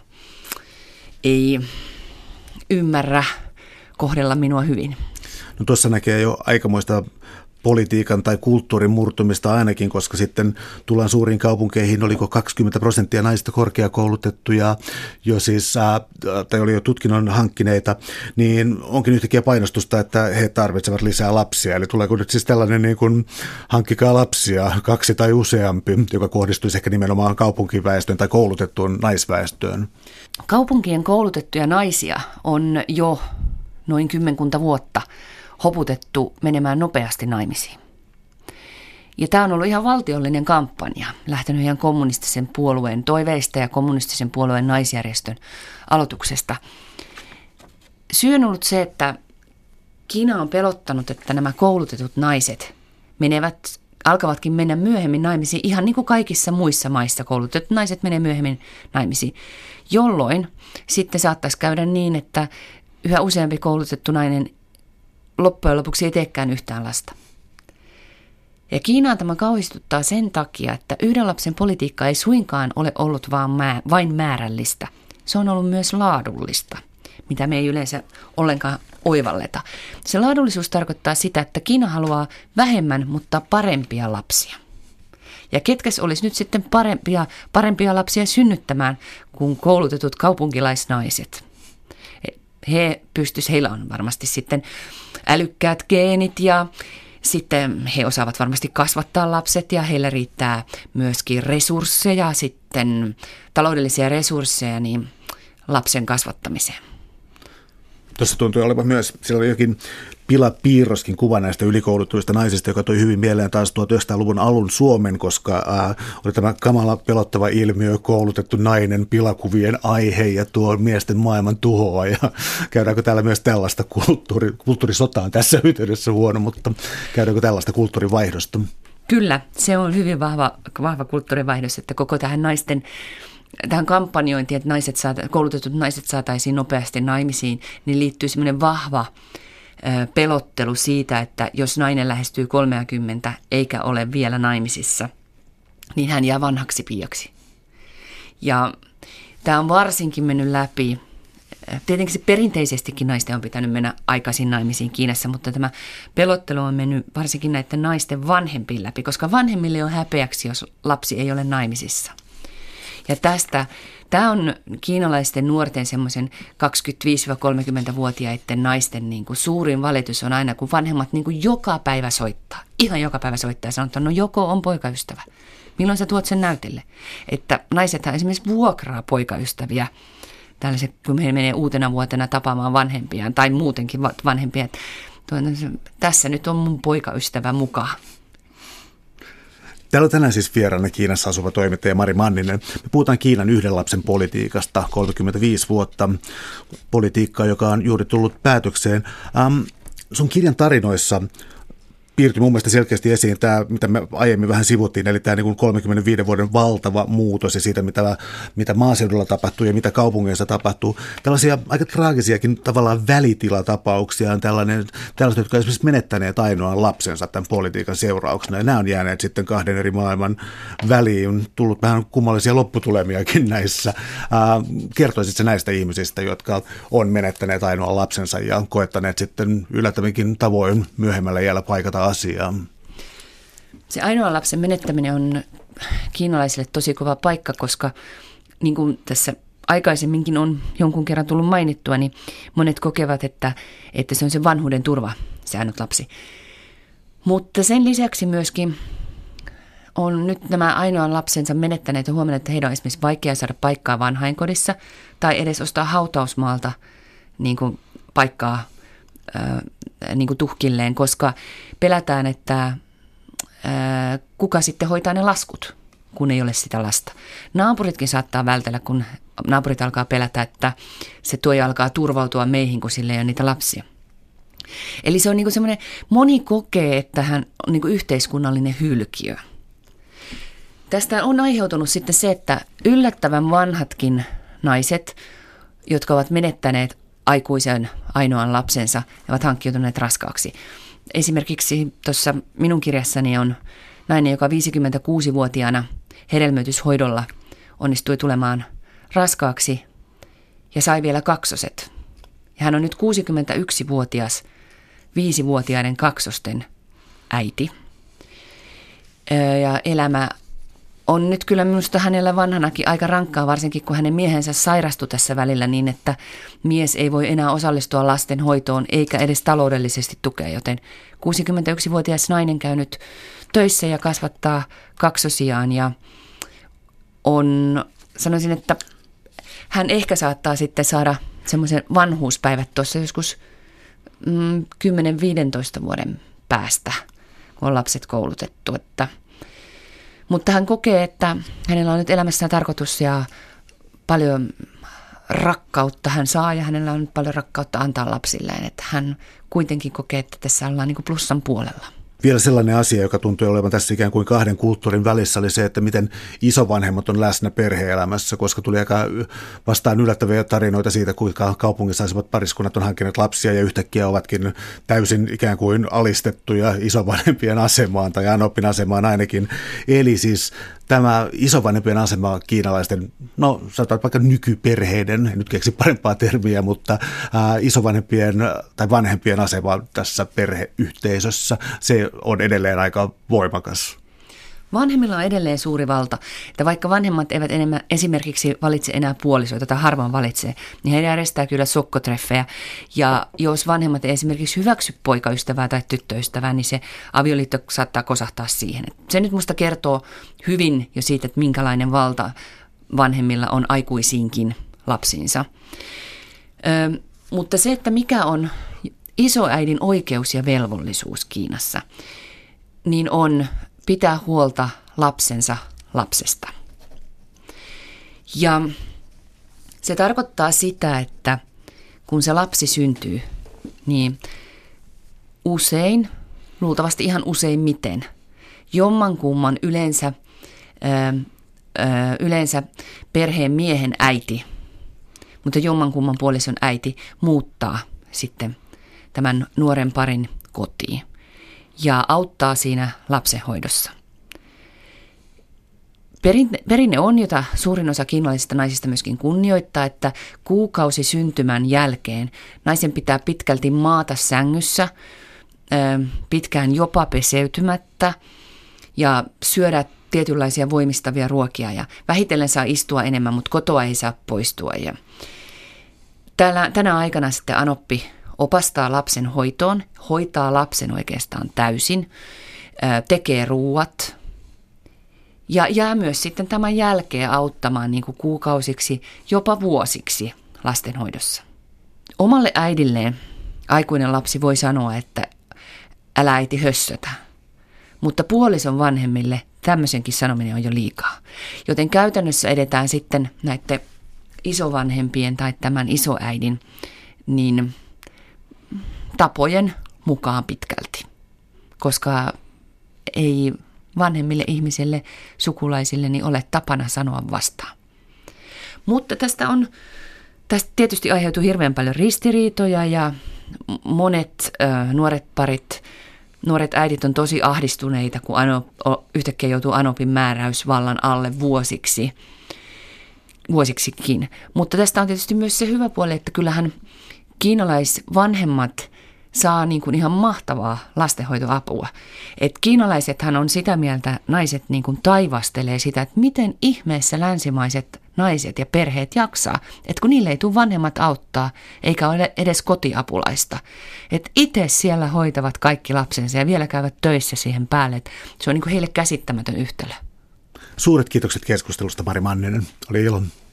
ei ymmärrä kohdella minua hyvin. No tuossa näkee jo aikamoista politiikan tai kulttuurin murtumista ainakin, koska sitten tullaan suuriin kaupunkeihin, oliko kaksikymmentä prosenttia naisista korkeakoulutettuja, jo siis, ää, tai oli jo tutkinnon hankkineita, niin onkin yhtäkkiä painostusta, että he tarvitsevat lisää lapsia. Eli tuleeko nyt siis tällainen niin kuin hankkikaa lapsia, kaksi tai useampi, joka kohdistuisi ehkä nimenomaan kaupunkiväestöön tai koulutettuun naisväestöön? Kaupunkien koulutettuja naisia on jo noin kymmenkunta vuotta hoputettu menemään nopeasti naimisiin. Ja tämä on ollut ihan valtiollinen kampanja, lähtenyt ihan kommunistisen puolueen toiveista ja kommunistisen puolueen naisjärjestön aloituksesta. Syy on ollut se, että Kiina on pelottanut, että nämä koulutetut naiset menevät, alkavatkin mennä myöhemmin naimisiin, ihan niin kuin kaikissa muissa maissa koulutetut naiset menee myöhemmin naimisiin, jolloin sitten saattaisi käydä niin, että yhä useampi koulutettu nainen loppujen lopuksi ei teekään yhtään lasta. Ja Kiinaa tämä kauhistuttaa sen takia, että yhden lapsen politiikka ei suinkaan ole ollut vaan mä, vain määrällistä. Se on ollut myös laadullista, mitä me ei yleensä ollenkaan oivalleta. Se laadullisuus tarkoittaa sitä, että Kiina haluaa vähemmän, mutta parempia lapsia. Ja ketkäs olisi nyt sitten parempia, parempia lapsia synnyttämään kuin koulutetut kaupunkilaisnaiset? He pystyisivät, heillä on varmasti sitten älykkäät geenit ja sitten he osaavat varmasti kasvattaa lapset ja heillä riittää myöskin resursseja, sitten taloudellisia resursseja niin lapsen kasvattamiseen. Tuossa tuntui olevan myös, siellä oli jokin pilapiirroskin kuva näistä ylikoulutuista naisista, joka toi hyvin mieleen taas tuhatyhdeksänsataaluvun alun Suomen, koska ää, oli tämä kamala pelottava ilmiö, koulutettu nainen, pilakuvien aihe ja tuo miesten maailman tuhoa. Ja käydäänkö täällä myös tällaista kulttuuri, kulttuurisotaa on tässä yhteydessä huono, mutta käydäänkö tällaista kulttuurivaihdosta? Kyllä, se on hyvin vahva, vahva kulttuurivaihdos, että koko tähän naisten tähän kampanjointiin, että naiset saata, koulutetut naiset saataisiin nopeasti naimisiin, niin liittyy semmoinen vahva ö, pelottelu siitä, että jos nainen lähestyy kolmekymmentä eikä ole vielä naimisissa, niin hän jää vanhaksi piiaksi. Ja tämä on varsinkin mennyt läpi. Tietenkin se perinteisestikin naisten on pitänyt mennä aikaisin naimisiin Kiinassa, mutta tämä pelottelu on mennyt varsinkin näiden naisten vanhempiin läpi, koska vanhemmille on häpeäksi, jos lapsi ei ole naimisissa. Ja tästä, tämä on kiinalaisten nuorten semmoisen kaksikymmentäviisi-kolmekymmentävuotiaiden naisten niin kuin suurin valitus on aina, kun vanhemmat niin kuin joka päivä soittaa, ihan joka päivä soittaa ja sanoo, että no joko on poikaystävä, milloin sä tuot sen näytelle. Että naisethan esimerkiksi vuokraa poikaystäviä, tällaiset, kun he menee uutena vuotena tapaamaan vanhempiaan tai muutenkin vanhempia, että tässä nyt on mun poikaystävä mukaan. Täällä on tänään siis vieraana Kiinassa asuva toimittaja Mari Manninen. Me puhutaan Kiinan yhden lapsen politiikasta, kolmekymmentäviisi vuotta politiikkaa, joka on juuri tullut päätökseen. Ähm, sun kirjan tarinoissa piirtyi mun mielestä selkeästi esiin tämä, mitä me aiemmin vähän sivuttiin, eli tämä niin kuin kolmekymmentäviiden vuoden valtava muutos ja siitä, mitä, mitä maaseudulla tapahtuu ja mitä kaupungeissa tapahtuu. Tällaisia aika traagisiakin tavallaan välitilatapauksia on tällainen, tällaiset, jotka ovat esimerkiksi menettäneet ainoan lapsensa tämän politiikan seurauksena. Ja nämä on jääneet sitten kahden eri maailman väliin. On tullut vähän kummallisia lopputulemiakin näissä. Kertoisitko näistä ihmisistä, jotka on menettäneet ainoan lapsensa ja koettaneet sitten yllättävinkin tavoin myöhemmällä iällä paikata asiaa? Se ainoan lapsen menettäminen on kiinalaisille tosi kova paikka, koska niin kuin tässä aikaisemminkin on jonkun kerran tullut mainittua, niin monet kokevat, että, että se on se vanhuuden turva, se ainut lapsi. Mutta sen lisäksi myöskin on nyt nämä ainoan lapsensa menettäneet ja huomannut, että heidän on esimerkiksi vaikea saada paikkaa vanhainkodissa tai edes ostaa hautausmaalta niin kuin paikkaa ää, niin kuin tuhkilleen, koska pelätään, että ää, kuka sitten hoitaa ne laskut, kun ei ole sitä lasta. Naapuritkin saattaa vältellä, kun naapurit alkaa pelätä, että se tuoja alkaa turvautua meihin, kun sille ei ole niitä lapsia. Eli se on niin kuin semmoinen, moni kokee, että hän on niin kuin yhteiskunnallinen hylkiö. Tästä on aiheutunut sitten se, että yllättävän vanhatkin naiset, jotka ovat menettäneet aikuisen ainoan lapsensa ja ovat hankkiutuneet raskaaksi. Esimerkiksi tuossa minun kirjassani on nainen, joka viisikymmentäkuusivuotiaana hedelmöityshoidolla onnistui tulemaan raskaaksi ja sai vielä kaksoset. Ja hän on nyt kuusikymmentäyksivuotias viisivuotiaiden kaksosten äiti. Ja elämä on nyt kyllä minusta hänellä vanhanakin aika rankkaa, varsinkin kun hänen miehensä sairastui tässä välillä niin, että mies ei voi enää osallistua lasten hoitoon eikä edes taloudellisesti tukea, joten kuusikymmentäyksivuotias nainen käy nyt töissä ja kasvattaa kaksosiaan ja on, sanoisin, että hän ehkä saattaa sitten saada semmoisen vanhuuspäivät tuossa joskus mm, kymmenen viisitoista vuoden päästä, kun on lapset koulutettu, että mutta hän kokee, että hänellä on nyt elämässään tarkoitus ja paljon rakkautta hän saa ja hänellä on nyt paljon rakkautta antaa lapsilleen. Että hän kuitenkin kokee, että tässä ollaan niin kuin plussan puolella. Vielä sellainen asia, joka tuntui olevan tässä ikään kuin kahden kulttuurin välissä, oli se, että miten isovanhemmat on läsnä perhe-elämässä, koska tuli aika vastaan yllättäviä tarinoita siitä, kuinka kaupungissa asivat pariskunnat on hankkineet lapsia ja yhtäkkiä ovatkin täysin ikään kuin alistettuja isovanhempien asemaan tai anoppin asemaan ainakin. Eli siis tämä isovanhempien asema kiinalaisten, no sanotaan vaikka nykyperheiden, en nyt keksi parempaa termiä, mutta ää, isovanhempien tai vanhempien asema tässä perheyhteisössä, se on edelleen aika voimakas. Vanhemmilla on edelleen suuri valta, että vaikka vanhemmat eivät enemmän esimerkiksi valitse enää puolisoita tai harvoin valitsee, niin he järjestää kyllä sokkotreffejä. Ja jos vanhemmat ei esimerkiksi hyväksy poikaystävää tai tyttöystävää, niin se avioliitto saattaa kosahtaa siihen. Se nyt musta kertoo hyvin jo siitä, että minkälainen valta vanhemmilla on aikuisiinkin lapsiinsa. Ö, mutta se, että mikä on isoäidin oikeus ja velvollisuus Kiinassa niin on pitää huolta lapsensa lapsesta. Ja se tarkoittaa sitä, että kun se lapsi syntyy, niin usein, luultavasti ihan useimmiten, jommankumman yleensä, ö, ö, yleensä perheen miehen äiti, mutta jommankumman puolison äiti muuttaa sitten tämän nuoren parin kotiin ja auttaa siinä lapsenhoidossa. Perinne, perinne on, jota suurin osa kiinalaisista naisista myöskin kunnioittaa, että kuukausi syntymän jälkeen naisen pitää pitkälti maata sängyssä, pitkään jopa peseytymättä ja syödä tietynlaisia voimistavia ruokia ja vähitellen saa istua enemmän, mutta kotoa ei saa poistua. Ja täällä, tänä aikana sitten anoppi opastaa lapsen hoitoon, hoitaa lapsen oikeastaan täysin, tekee ruuat ja jää myös sitten tämän jälkeen auttamaan niin kuin kuukausiksi, jopa vuosiksi lastenhoidossa. Omalle äidilleen aikuinen lapsi voi sanoa, että älä äiti hössötä, mutta puolison vanhemmille tämmöisenkin sanominen on jo liikaa. Joten käytännössä edetään sitten näiden isovanhempien tai tämän isoäidin niin tapojen mukaan pitkälti, koska ei vanhemmille ihmisille, sukulaisille niin ole tapana sanoa vastaan. Mutta tästä on, tästä tietysti aiheutuu hirveän paljon ristiriitoja ja monet äh, nuoret parit, nuoret äidit on tosi ahdistuneita, kun ano, yhtäkkiä joutuu anopin määräysvallan alle vuosiksi, vuosiksikin. Mutta tästä on tietysti myös se hyvä puoli, että kyllähän kiinalaisvanhemmat saa niin kuin ihan mahtavaa lastenhoitoapua. Et kiinalaisethan on sitä mieltä, naiset niin kuin taivastelee sitä, että miten ihmeessä länsimaiset naiset ja perheet jaksaa, että kun niille ei tule vanhemmat auttaa, eikä ole edes kotiapulaista. Että itse siellä hoitavat kaikki lapsensa ja vielä käyvät töissä siihen päälle. Et se on niin kuin heille käsittämätön yhtälö. Suuret kiitokset keskustelusta, Mari Manninen. Oli ilo.